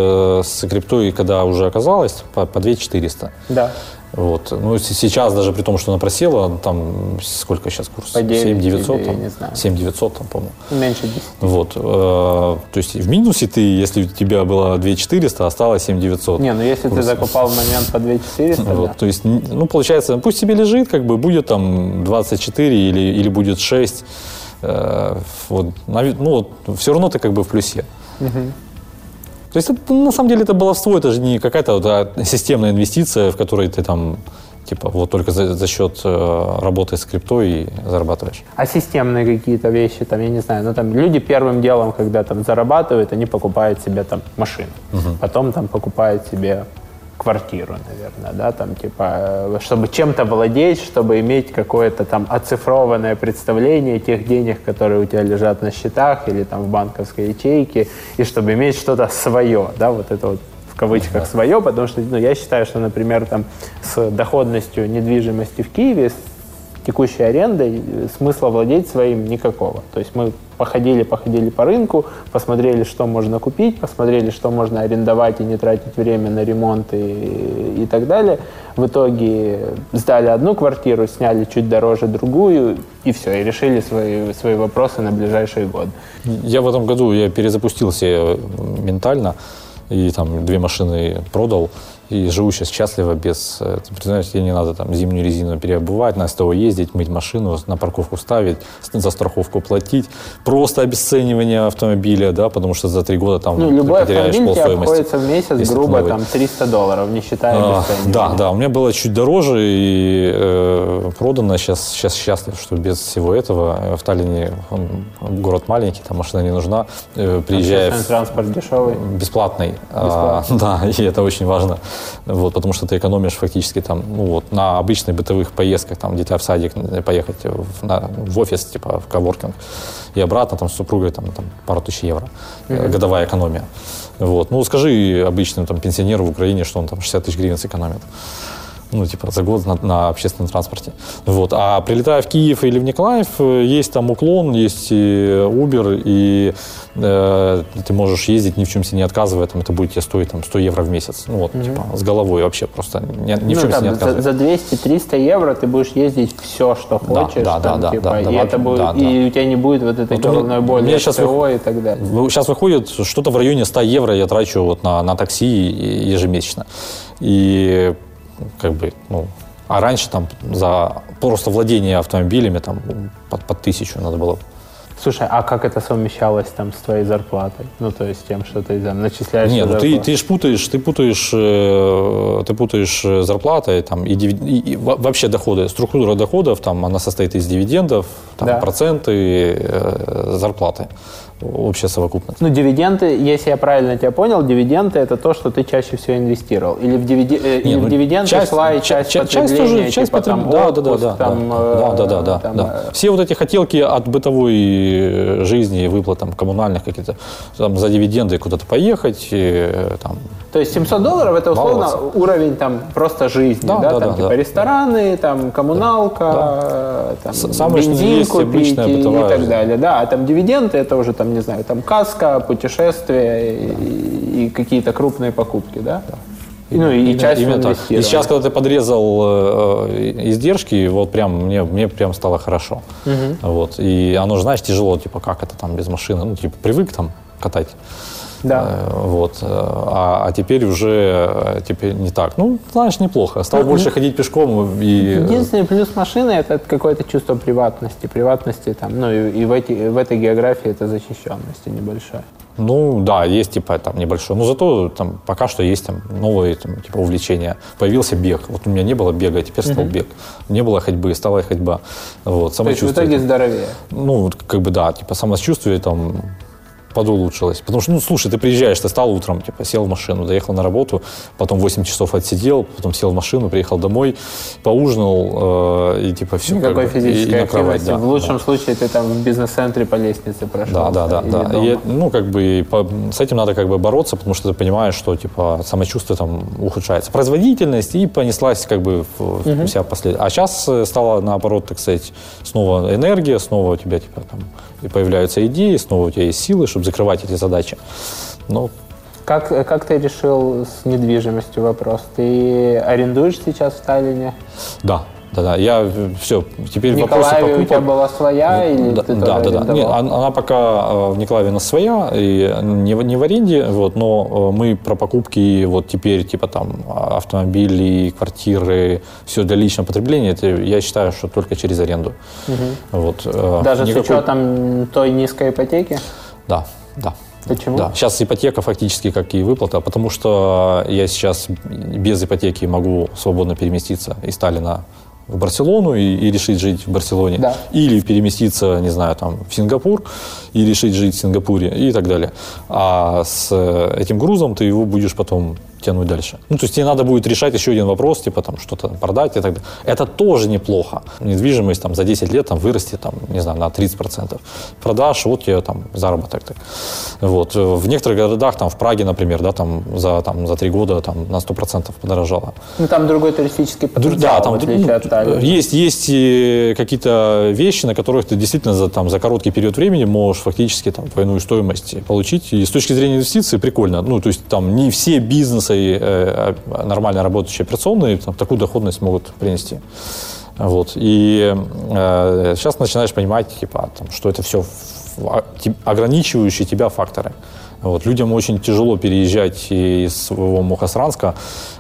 с криптой, когда уже оказалось, по, по две тысячи четыреста. Да. Вот. Ну, сейчас, даже при том, что она просела, там, сколько сейчас курс? семь тысяч девятьсот, там, я не знаю. семь тысяч девятьсот, там, по-моему. Меньше десяти. Вот. Э, то есть в минусе ты, если у тебя было две тысячи четыреста, осталось семь тысяч девятьсот. Не, ну если курс. Ты закупал в момент по две тысячи четыреста, вот. да. То есть, ну, получается, пусть себе лежит, как бы, будет там двадцать четыре или, или будет шесть. Вот, ну, вот, все равно ты как бы в плюсе. Угу. То есть, это, на самом деле, это баловство, это же не какая-то вот, а системная инвестиция, в которой ты там, типа, вот только за, за счет э, работы с криптой зарабатываешь. А системные какие-то вещи, там, я не знаю, ну, там, люди первым делом, когда там зарабатывают, они покупают себе там машину, угу. потом там покупают себе квартиру, наверное, да, там, типа, чтобы чем-то владеть, чтобы иметь какое-то там оцифрованное представление тех денег, которые у тебя лежат на счетах или там в банковской ячейке, и чтобы иметь что-то свое, да, вот это вот в кавычках свое, потому что, ну, я считаю, что, например, там с доходностью недвижимости в Киеве, с текущей арендой смысла владеть своим никакого. То есть мы походили, походили по рынку, посмотрели, что можно купить, посмотрели, что можно арендовать и не тратить время на ремонт и, и так далее. В итоге сдали одну квартиру, сняли чуть дороже другую, и все, и решили свои, свои вопросы на ближайший год. Я в этом году я перезапустился ментально, и там две машины продал, и живу сейчас счастливо без... Ты представляешь, тебе не надо там зимнюю резину переобувать, на СТО ездить, мыть машину, на парковку ставить, за страховку платить. Просто обесценивание автомобиля, да, потому что за три года там ну, любой ты потеряешь полстоимости. Любой автомобиль тебе обходится в месяц, грубо, там, триста долларов, не считая обесценивания. Да, да, у меня было чуть дороже и э, продано. Сейчас, сейчас счастлив, что без всего этого в Таллине, он, город маленький, там машина не нужна. Э, приезжая в... транспорт дешевый? Бесплатный. Бесплатный. А, да, и это очень важно, вот, потому что ты экономишь фактически там, ну, вот, на обычных бытовых поездках, там, дитя в садик, поехать в, на, в офис, типа в коворкинг, и обратно там, с супругой там, там, пару тысяч евро. Mm-hmm. Годовая экономия. Вот. Ну, скажи обычному там, пенсионеру в Украине, что он там шестьдесят тысяч гривен сэкономит. Ну, типа, за год на, на общественном транспорте. Вот. А прилетая в Киев или в Николаев, есть там уклон, есть и Uber, и э, ты можешь ездить, ни в чем себе не отказывая, там, это будет тебе стоить там, сто евро в месяц. Ну, вот, mm-hmm. типа, с головой вообще просто ни, ни в ну, чем там, себе не отказывая. За, за двести-триста евро ты будешь ездить все, что хочешь. Да, да, там, да, типа, да, и, да, это да, будет, да, и да. у тебя не будет вот этой вот головной боли, СТО вы, и так далее. Сейчас выходит что-то в районе ста евро я трачу вот на, на такси ежемесячно. И как бы, ну, а раньше там за просто владение автомобилями там под, под тысячу надо было. Слушай, а как это совмещалось там с твоей зарплатой? Ну, то есть тем, что ты там начисляешь... Нет, ну ты, ты ж путаешь, ты путаешь, ты путаешь зарплаты там, и, и, и вообще доходы. Структура доходов, там, она состоит из дивидендов, там, да. проценты, э, зарплаты. Общая совокупность. Ну, дивиденды, если я правильно тебя понял, дивиденды – это то, что ты чаще всего инвестировал. Или в, дивиди... э, или ну, в дивиденды часть, шла и часть, часть потребления, часть тоже, типа часть потреб... там да, отпуск, да, да, там, да, да, да, да, там, да. Все вот эти хотелки от бытовой жизни, выплат там, коммунальных каких-то, там, за дивиденды куда-то поехать, и, там, то есть семьсот долларов – это условно баловаться. Уровень там, просто жизни, да, да, да, там, да, типа да. рестораны, там, коммуналка, да. там, самое, бензин купить и, и так жизнь. далее. Да, а там дивиденды – это уже, там, не знаю, там каска, путешествия и, и какие-то крупные покупки, да? да. И, ну, и именно, часть именно так. И сейчас, когда ты подрезал э, издержки, вот прям мне, мне прям стало хорошо. Угу. Вот. И оно же, знаешь, тяжело, типа, как это там без машины? Ну, типа, привык там катать. Да. Вот. А, а теперь уже теперь не так. Ну, знаешь, неплохо. Стал больше mm-hmm. ходить пешком. И... Единственный плюс машины – это какое-то чувство приватности. Приватности там, ну, и, и в, эти, в этой географии это защищенности небольшая. Ну, да, есть, типа, там, небольшой. Но зато там пока что есть там новые, там, типа, увлечения. Появился бег. Вот у меня не было бега, а теперь стал mm-hmm. бег. Не было ходьбы, стала ходьба. Вот. То есть в итоге там, здоровее? Ну, как бы, да, типа, самочувствие там подулучшилось. Потому что, ну, слушай, ты приезжаешь, ты встал утром, типа, сел в машину, доехал на работу, потом восемь часов отсидел, потом сел в машину, приехал домой, поужинал, э, и, типа, все. Никакой как бы, физической и, и активности. Да, в лучшем да. случае ты там в бизнес-центре по лестнице прошел. Да, да, да. да. И, ну, как бы, по, с этим надо, как бы, бороться, потому что ты понимаешь, что, типа, самочувствие там ухудшается. Производительность, и понеслась, как бы, в, uh-huh. в себя последствия. А сейчас стала, наоборот, так сказать, снова энергия, снова у тебя, типа, там, и появляются идеи, снова у тебя есть силы, чтобы закрывать эти задачи. Но... Как, как ты решил с недвижимостью вопрос? Ты арендуешь сейчас в Таллине? Да, да, да. Я все, теперь в вопросы покупок... у тебя была своя или да, ты да, тоже да, да. Нет, она пока в Николаеве у нас своя, и не, в, не в аренде, вот, но мы про покупки вот теперь, типа там автомобили, квартиры, все для личного потребления, это я считаю, что только через аренду. Угу. Вот, даже никакой... с учетом той низкой ипотеки? Да, да. Почему? Да. Сейчас ипотека фактически как и выплата, потому что я сейчас без ипотеки могу свободно переместиться из Таллина в Барселону и, и решить жить в Барселоне. Да. Или переместиться, не знаю, там, в Сингапур и решить жить в Сингапуре и так далее. А с этим грузом ты его будешь потом тянуть дальше. Ну, то есть тебе надо будет решать еще один вопрос, типа там что-то продать и так далее. Это тоже неплохо. Недвижимость там за десять лет там вырастет, там, не знаю, на тридцать процентов. Продашь, вот тебе там заработок. Так. Вот. В некоторых городах, там в Праге, например, да, там за, там, за три года там на сто процентов подорожало. Ну, там другой туристический потенциал, да, там, в отличие ну, от Таллина. Есть, есть какие-то вещи, на которых ты действительно за, там, за короткий период времени можешь фактически там, двойную стоимость получить. И с точки зрения инвестиций прикольно. Ну, то есть там не все бизнесы и нормально работающие операционные там, такую доходность могут принести. Вот. И э, сейчас начинаешь понимать, типа, там, что это все ограничивающие тебя факторы. Вот. Людям очень тяжело переезжать из своего Мухосранска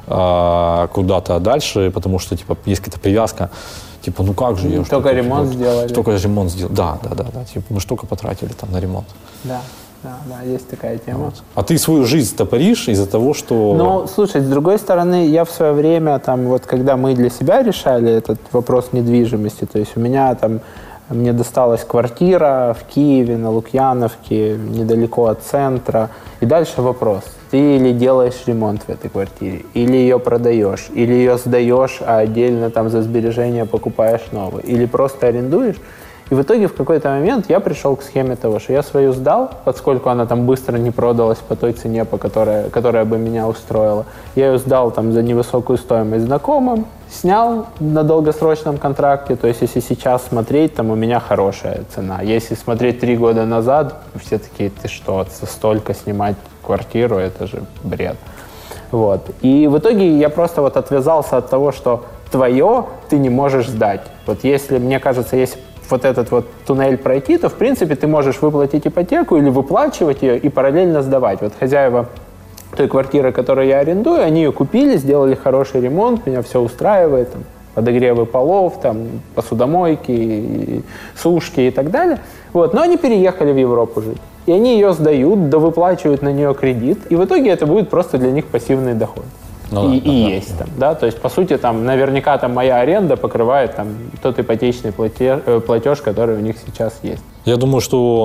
э, куда-то дальше, потому что типа, есть какая-то привязка. Типа, ну как же я... Только ремонт вот, сделали. Только ремонт сделали. Да, да, да, да. Типа, мы столько потратили там на ремонт. Да. Да, да, есть такая тема. Вот. А ты свою жизнь топоришь из-за того, что... Ну, слушай, с другой стороны, я в свое время, там, вот, когда мы для себя решали этот вопрос недвижимости, то есть у меня там, мне досталась квартира в Киеве, на Лукьяновке, недалеко от центра. И дальше вопрос. Ты или делаешь ремонт в этой квартире, или ее продаешь, или ее сдаешь, а отдельно там за сбережения покупаешь новую, или просто арендуешь. И в итоге в какой-то момент я пришел к схеме того, что я свою сдал, поскольку она там быстро не продалась по той цене, по которой, которая бы меня устроила. Я ее сдал там за невысокую стоимость знакомым, снял на долгосрочном контракте. То есть если сейчас смотреть, там у меня хорошая цена. Если смотреть три года назад, все такие, ты что, столько снимать квартиру, это же бред. Вот. И в итоге я просто вот отвязался от того, что твое ты не можешь сдать. Вот если, мне кажется, если вот этот вот туннель пройти, то, в принципе, ты можешь выплатить ипотеку или выплачивать ее и параллельно сдавать. Вот хозяева той квартиры, которую я арендую, они ее купили, сделали хороший ремонт, меня все устраивает, там, подогревы полов, там, посудомойки, сушки и так далее. Вот. Но они переехали в Европу жить. И они ее сдают, довыплачивают на нее кредит, и в итоге это будет просто для них пассивный доход. Ну, и, да, и да, есть да. там, да, то есть по сути там наверняка там моя аренда покрывает там тот ипотечный платеж, платеж, который у них сейчас есть. Я думаю,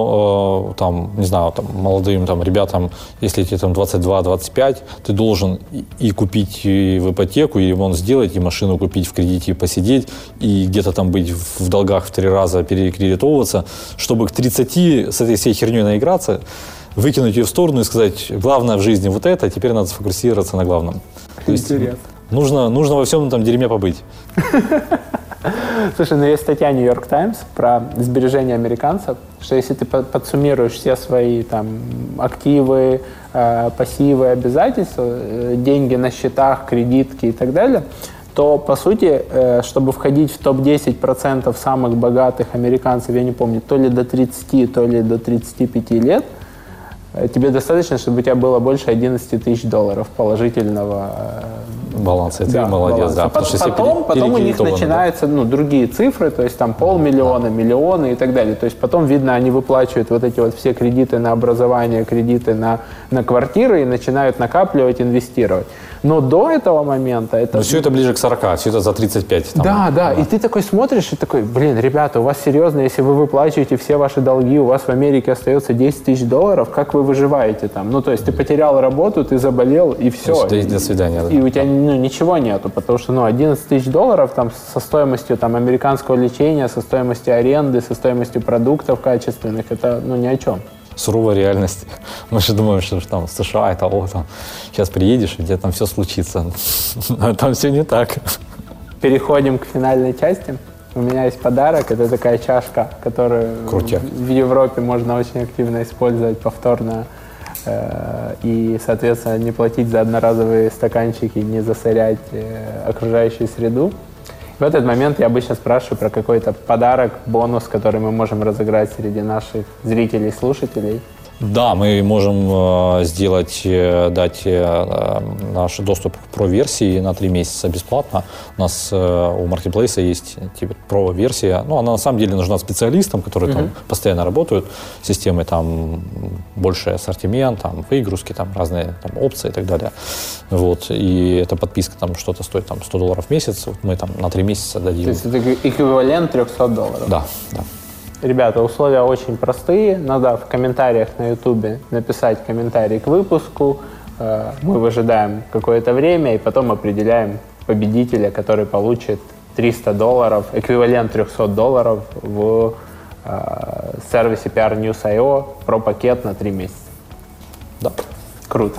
что э, там, не знаю, там молодым там ребятам, если тебе там двадцать два - двадцать пять, ты должен и, и купить и в ипотеку, и ремонт сделать, и машину купить в кредите, и посидеть, и где-то там быть в долгах в три раза перекредитовываться, чтобы к тридцати с этой всей херней наиграться, выкинуть ее в сторону и сказать, главное в жизни вот это, теперь надо сфокусироваться на главном. То есть нужно, нужно во всем этом дерьме побыть. Слушай, ну есть статья New York Times про сбережения американцев, что если ты подсуммируешь все свои там активы, пассивы, обязательства, деньги на счетах, кредитки и так далее, то, по сути, чтобы входить в топ десять процентов самых богатых американцев, я не помню, то ли до тридцати, то ли до тридцати пяти лет, тебе достаточно, чтобы у тебя было больше одиннадцати тысяч долларов положительного баланса. И ты да, молодец, баланса. да. Потом, потом, потом у них начинаются да? ну, другие цифры, то есть там полмиллиона, да. миллионы и так далее. То есть потом, видно, они выплачивают вот эти вот все кредиты на образование, кредиты на, на квартиры и начинают накапливать, инвестировать. Но до этого момента... это Но все это ближе к сорока, все это за тридцать пять. Там, да, да, да. И ты такой смотришь и такой, блин, ребята, у вас серьезно, если вы выплачиваете все ваши долги, у вас в Америке остается десять тысяч долларов, как вы выживаете там? Ну, то есть ты потерял работу, ты заболел, и все. И, до свидания. Да. И у тебя ну, ничего нету, потому что ну, одиннадцать тысяч долларов там, со стоимостью там, американского лечения, со стоимостью аренды, со стоимостью продуктов качественных, это ну, ни о чем. Суровая реальность. Мы же думаем, что там в США это, о, там, сейчас приедешь, и где там все случится. А там все не так. Переходим к финальной части. У меня есть подарок. Это такая чашка, которую Крутяк. в Европе можно очень активно использовать повторно. Э, и, соответственно, не платить за одноразовые стаканчики, не засорять э, окружающую среду. В этот момент я обычно спрашиваю про какой-то подарок, бонус, который мы можем разыграть среди наших зрителей, слушателей. Да, мы можем э, сделать, э, дать э, наш доступ к про-версии на три месяца бесплатно. У нас э, у Marketplace есть типа про-версия. Ну, она на самом деле нужна специалистам, которые mm-hmm. там постоянно работают с системой, там больше ассортимент, там выгрузки, там разные там, опции и так далее. Вот. И эта подписка там что-то стоит там сто долларов в месяц. Вот мы там на три месяца дадим. То есть это эквивалент трехсот долларов? Да, да. Ребята, условия очень простые. Надо в комментариях на ютубе написать комментарий к выпуску. Мы выжидаем какое-то время и потом определяем победителя, который получит триста долларов, эквивалент трехсот долларов в сервисе пи ар News точка ай о про пакет на три месяца. Да. Круто.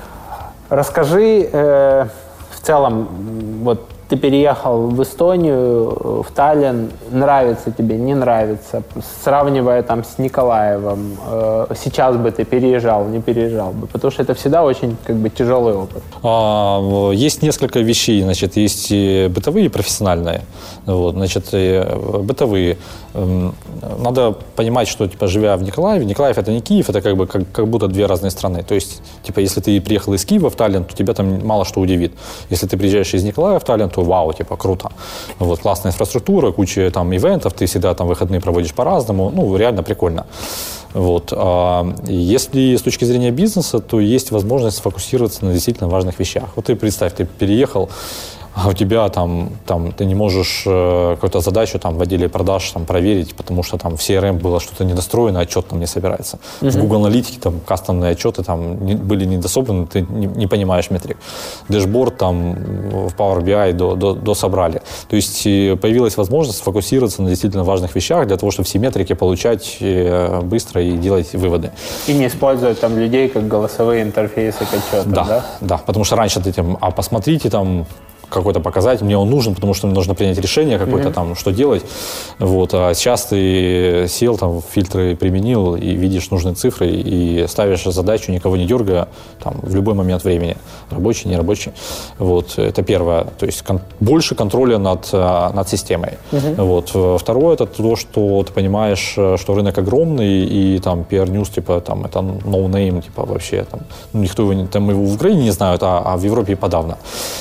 Расскажи э, в целом, вот ты переехал в Эстонию, в Таллин, нравится тебе, не нравится, сравнивая там с Николаевым, э, сейчас бы ты переезжал, не переезжал бы, потому что это всегда очень как бы тяжелый опыт. А, есть несколько вещей, значит, есть бытовые и профессиональные. Вот, значит, бытовые. надо понимать, что, типа, живя в Николаеве, Николаев это не Киев, это как бы как, как будто две разные страны. То есть, типа, если ты приехал из Киева в Таллин, то тебя там мало что удивит. Если ты приезжаешь из Николаева в Таллин, то вау, типа, круто. Вот, классная инфраструктура, куча там ивентов, ты всегда там выходные проводишь по-разному, ну, реально прикольно. Вот. А если с точки зрения бизнеса, то есть возможность сфокусироваться на действительно важных вещах. Вот ты представь, ты переехал, а у тебя там, там ты не можешь э, какую-то задачу там в отделе продаж там проверить, потому что там в си эр эм было что-то недостроено, отчет там не собирается. Uh-huh. В Google Аналитике там кастомные отчеты там не, были недособраны, ты не, не понимаешь метрик. Дэшборд там в Power би ай до, до, до собрали. То есть появилась возможность сфокусироваться на действительно важных вещах для того, чтобы все метрики получать быстро и делать выводы. И не использовать там людей как голосовые интерфейсы к отчетам, да? Да, да, потому что раньше ты там, а посмотрите там, какой-то показатель, мне он нужен, потому что мне нужно принять решение какое-то mm-hmm. там, что делать. Вот. А сейчас ты сел, там, фильтры применил и видишь нужные цифры и ставишь задачу, никого не дергая, там, в любой момент времени. Рабочий, нерабочий. Вот. Это первое. То есть кон- больше контроля над, над системой. Mm-hmm. Вот. Второе, это то, что ты понимаешь, что рынок огромный, и там пи ар-News, типа, там, это no-name, типа, вообще, там, никто его, там, его в Украине не знают, а, а в Европе и подавно.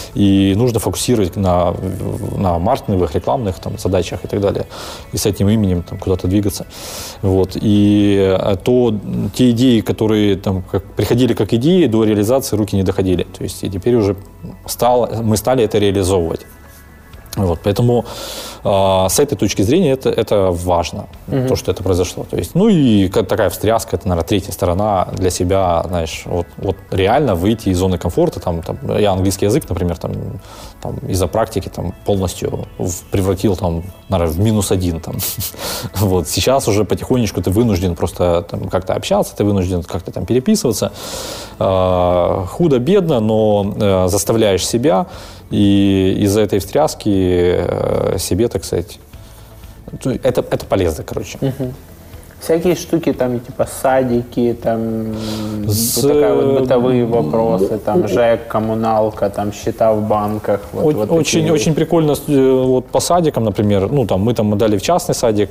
И нужно фокусировать на, на маркетинговых, рекламных там, задачах и так далее. И с этим именем там, куда-то двигаться. Вот. И то, те идеи, которые там, как, приходили как идеи, до реализации руки не доходили. То есть и теперь уже стало, мы стали это реализовывать. Вот, поэтому э, с этой точки зрения это, это важно, mm-hmm. то, что это произошло. То есть, ну и такая встряска, это, наверное, третья сторона для себя, знаешь, вот, вот реально выйти из зоны комфорта. Там, там, я английский язык, например, там, там, из-за практики там, полностью в, превратил там, наверное, в минус один. Там. Вот, сейчас уже потихонечку ты вынужден просто там, как-то общаться, ты вынужден как-то там переписываться. Э, худо-бедно, но э, заставляешь себя. И из-за этой встряски э, себе, так сказать, это, это полезно, короче. Угу. Всякие штуки, там, типа садики, там, С... вот такая вот бытовые вопросы, там, ЖЭК, коммуналка, там, счета в банках. Вот, вот очень, очень прикольно вот по садикам, например, ну, там, мы там отдали в частный садик,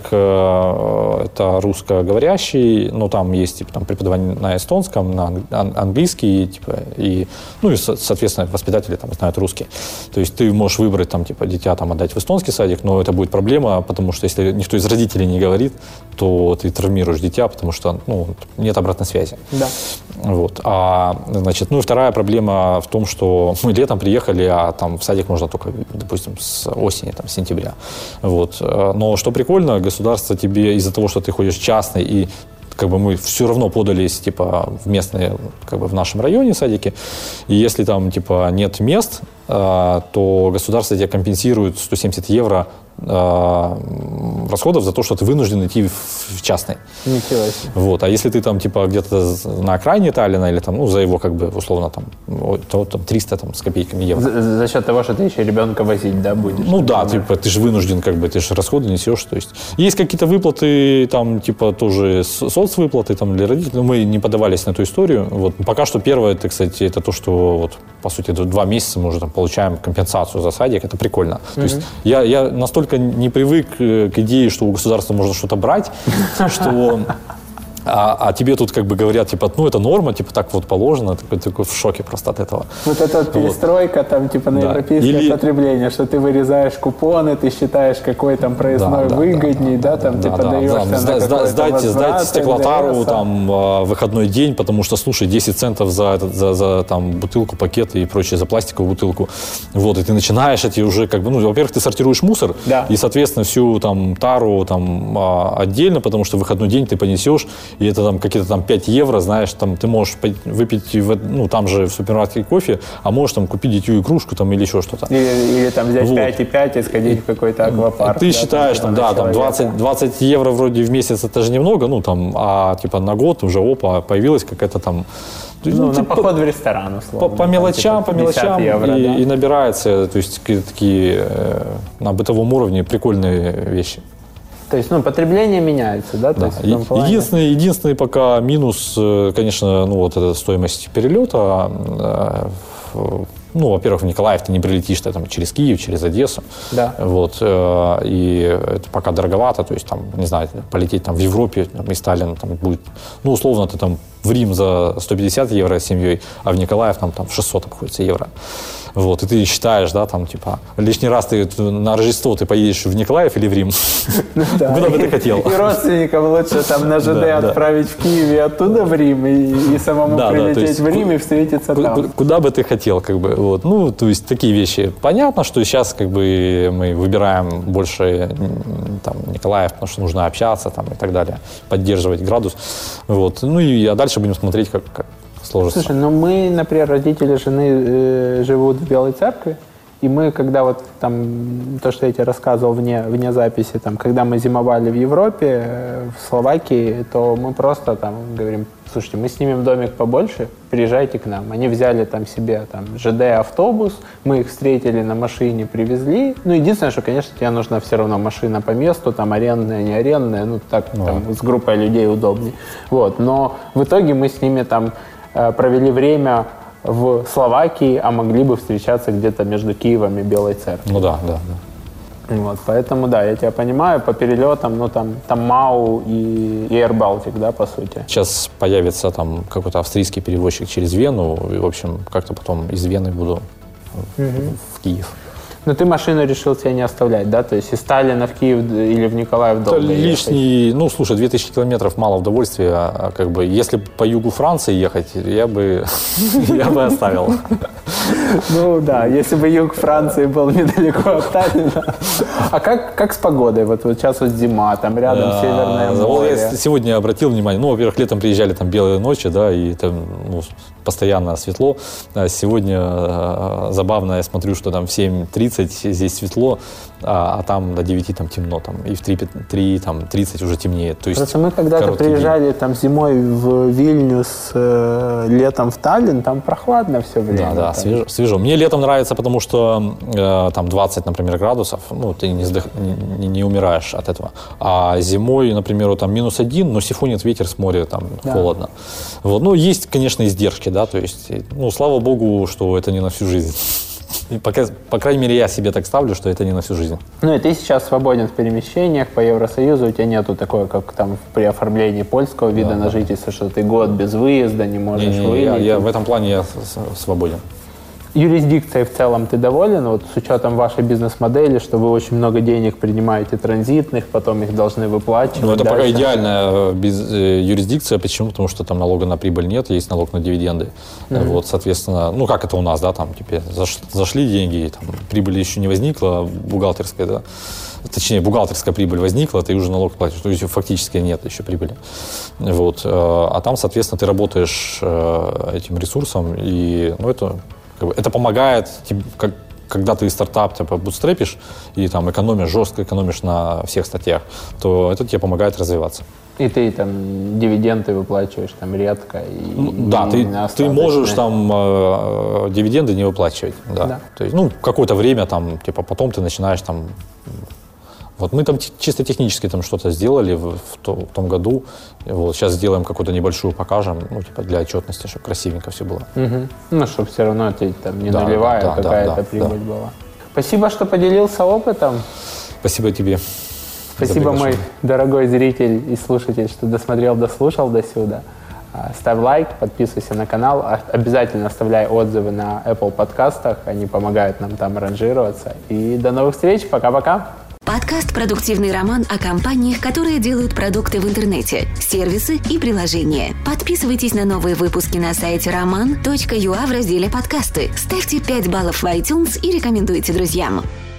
это русскоговорящий, но там есть, типа, там, преподавание на эстонском, на английский, типа, и, ну, и, соответственно, воспитатели там знают русский. То есть ты можешь выбрать, там, типа, дитя там отдать в эстонский садик, но это будет проблема, потому что если никто из родителей не говорит, то ты травмируешь дитя, потому что ну, нет обратной связи. Да. Вот. А, значит, ну и вторая проблема в том, что мы летом приехали, а там в садик можно только, допустим, с осени, там, с сентября. Вот. Но что прикольно, государство тебе из-за того, что ты ходишь частный, и как бы мы все равно подались типа в местные, как бы в нашем районе садики, и если там типа нет мест, то государство тебе компенсирует сто семьдесят евро расходов за то, что ты вынужден идти в частный. Ничего себе. Вот. А если ты там типа где-то на окраине Таллина или там, ну, за его как бы условно там, то, там триста там, с копейками евро. За, за счет того, что ты еще ребенка возить, да, будешь? Ну да, типа ты же вынужден, как бы, ты же расходы несешь. То есть есть какие-то выплаты, там, типа тоже соцвыплаты там для родителей, но мы не подавались на эту историю. Вот. Пока что первое, это, кстати, это то, что вот, по сути, два месяца мы уже там получаем компенсацию за садик, это прикольно. Mm-hmm. То есть я, я настолько не привык к идее, что у государства можно что-то брать, что... А, а тебе тут как бы говорят, типа, ну, это норма, типа, так вот положено, такой, такой в шоке просто от этого. Вот эта вот перестройка, вот. Там, типа, на да. европейское Или... потребление, что ты вырезаешь купоны, ты считаешь, какой там проездной да, выгодней, да, да, да, там, да, ты да, подаешься да, да. на какой-то сдать, сдать стеклотару, там, выходной день, потому что, слушай, десять центов за, этот, за, за там, бутылку, пакет и прочее, за пластиковую бутылку. Вот, и ты начинаешь эти уже, как бы, ну, во-первых, ты сортируешь мусор, да. и, соответственно, всю там тару там отдельно, потому что выходной день ты понесешь, и это там какие-то там пять евро, знаешь, там ты можешь выпить, ну, там же в супермаркете кофе, а можешь там купить дитю игрушку там или еще что-то. Или, или там взять вот. пять и пять и сходить в какой-то аквапарк. Ты да, считаешь, там, да, там двадцать, двадцать евро вроде в месяц, это же немного, ну, там, а типа на год уже, опа, появилась какая-то там... Ну, ну, на типа, поход в ресторан, условно. По, по мелочам, там, типа, по мелочам евро, и, да? и набирается, то есть такие э, на бытовом уровне прикольные вещи. То есть, ну, потребление меняется, да? То да. есть, в том плане... единственный, единственный пока минус, конечно, ну, вот эта стоимость перелета, ну, во-первых, в Николаев ты не прилетишь ты, там, через Киев, через Одессу. Да. Вот, э, и это пока дороговато, то есть, там, не знаю, полететь там, в Европе там, из Сталина там, будет, ну, условно, ты там в Рим за сто пятьдесят евро с семьей, а в Николаев там, там шестьсот обходится евро. Вот, и ты считаешь, да, там, типа, лишний раз ты на Рождество ты поедешь в Николаев или в Рим? Куда бы ты хотел? И родственникам лучше там на ЖД отправить в Киев и оттуда в Рим, и самому прилететь в Рим и встретиться там. Куда бы ты хотел, как бы, вот. Ну, то есть, такие вещи. Понятно, что сейчас, как бы, мы выбираем больше, там, Николаев, потому что нужно общаться, там, и так далее, поддерживать градус. Вот. Ну, и а дальше будем смотреть, как сложится. Слушай, ну мы, например, родители жены э, живут в Белой Церкви, и мы, когда вот там, то, что я тебе рассказывал вне, вне записи, там, когда мы зимовали в Европе, э, в Словакии, то мы просто там говорим, слушайте, мы снимем домик побольше, приезжайте к нам. Они взяли там себе там ЖД-автобус, мы их встретили на машине, привезли. Ну, единственное, что, конечно, тебе нужна все равно машина по месту, там арендная, не арендная, ну, так, ну, там, с группой людей удобнее. Вот, но в итоге мы с ними там провели время в Словакии, а могли бы встречаться где-то между Киевом и Белой Церковью. Ну да, да, да. Вот, поэтому, да, я тебя понимаю, по перелетам, ну, там, там МАУ и, и Air Baltic, да, по сути. Сейчас появится там какой-то австрийский перевозчик через Вену, и, в общем, как-то потом из Вены буду угу. в Киев. Но ты машину решил себе не оставлять, да? То есть из Сталина в Киев или в Николаев долго ехать? Лишний, ну, слушай, две тысячи километров мало удовольствия, а как бы, если по югу Франции ехать, я бы, я бы оставил. Ну да, если бы юг Франции был недалеко от Таллина. А как, как с погодой? Вот, вот сейчас вот зима, там рядом а, Северное море. Я сегодня обратил внимание, ну, во-первых, летом приезжали там белые ночи, да, и там ну, постоянно светло. А сегодня а, забавно, я смотрю, что там в семь тридцать здесь светло, а, а там до девяти там темно, там, и в три тридцать уже темнеет. То есть просто мы когда-то приезжали день. Там зимой в Вильнюс, э, летом в Таллин, там прохладно все время. Да, да, свежо, свежо. Мне летом нравится, потому что э, там двадцать, например, градусов, ну, ты не, сдох, не, не умираешь от этого. А зимой, например, там минус один, но сифонит ветер с моря, там да. холодно. Вот. Ну, есть, конечно, издержки, да, то есть, ну, слава богу, что это не на всю жизнь. И пока, по крайней мере, я себе так ставлю, что это не на всю жизнь. Ну и ты сейчас свободен в перемещениях по Евросоюзу, у тебя нету такого, как там при оформлении польского вида да, на да. жительство, что ты год без выезда не можешь не, не, выехать. Я, я, в этом плане я свободен. Юрисдикцией в целом ты доволен, вот с учетом вашей бизнес-модели, что вы очень много денег принимаете транзитных, потом их должны выплачивать. Ну, это дальше. Пока идеальная без, э, юрисдикция. Почему? Потому что там налога на прибыль нет, есть налог на дивиденды. Mm-hmm. Вот, соответственно, ну как это у нас, да, там тебе заш, зашли деньги, там, прибыли еще не возникла, бухгалтерская, да, точнее, бухгалтерская прибыль возникла, ты уже налог платишь, то есть фактически нет еще прибыли. Вот, э, а там, соответственно, ты работаешь э, этим ресурсом, и, ну, это... Это помогает, как, когда ты стартап типа, бутстрепишь и там экономишь, жестко экономишь на всех статьях, то это тебе помогает развиваться. И ты там дивиденды выплачиваешь там редко. И, ну, да, ты, ты можешь там э, дивиденды не выплачивать. Да. Да. То есть, ну, какое-то время там, типа, потом ты начинаешь там... Вот мы там чисто технически там что-то сделали в, в, то, в том году. Вот, сейчас сделаем какую-то небольшую, покажем, ну, типа для отчетности, чтобы красивенько все было. Угу. Ну, чтобы все равно ты там не да, нулевая, да, какая-то да, прибыль да. была. Спасибо, что поделился опытом. Спасибо тебе. Спасибо, мой дорогой зритель и слушатель, что досмотрел, дослушал до сюда. Ставь лайк, подписывайся на канал, обязательно оставляй отзывы на Apple подкастах, они помогают нам там ранжироваться. И до новых встреч, пока-пока! Подкаст «Продуктивный роман» о компаниях, которые делают продукты в интернете, сервисы и приложения. Подписывайтесь на новые выпуски на сайте роман точка ю а в разделе «Подкасты». Ставьте пять баллов в iTunes и рекомендуйте друзьям.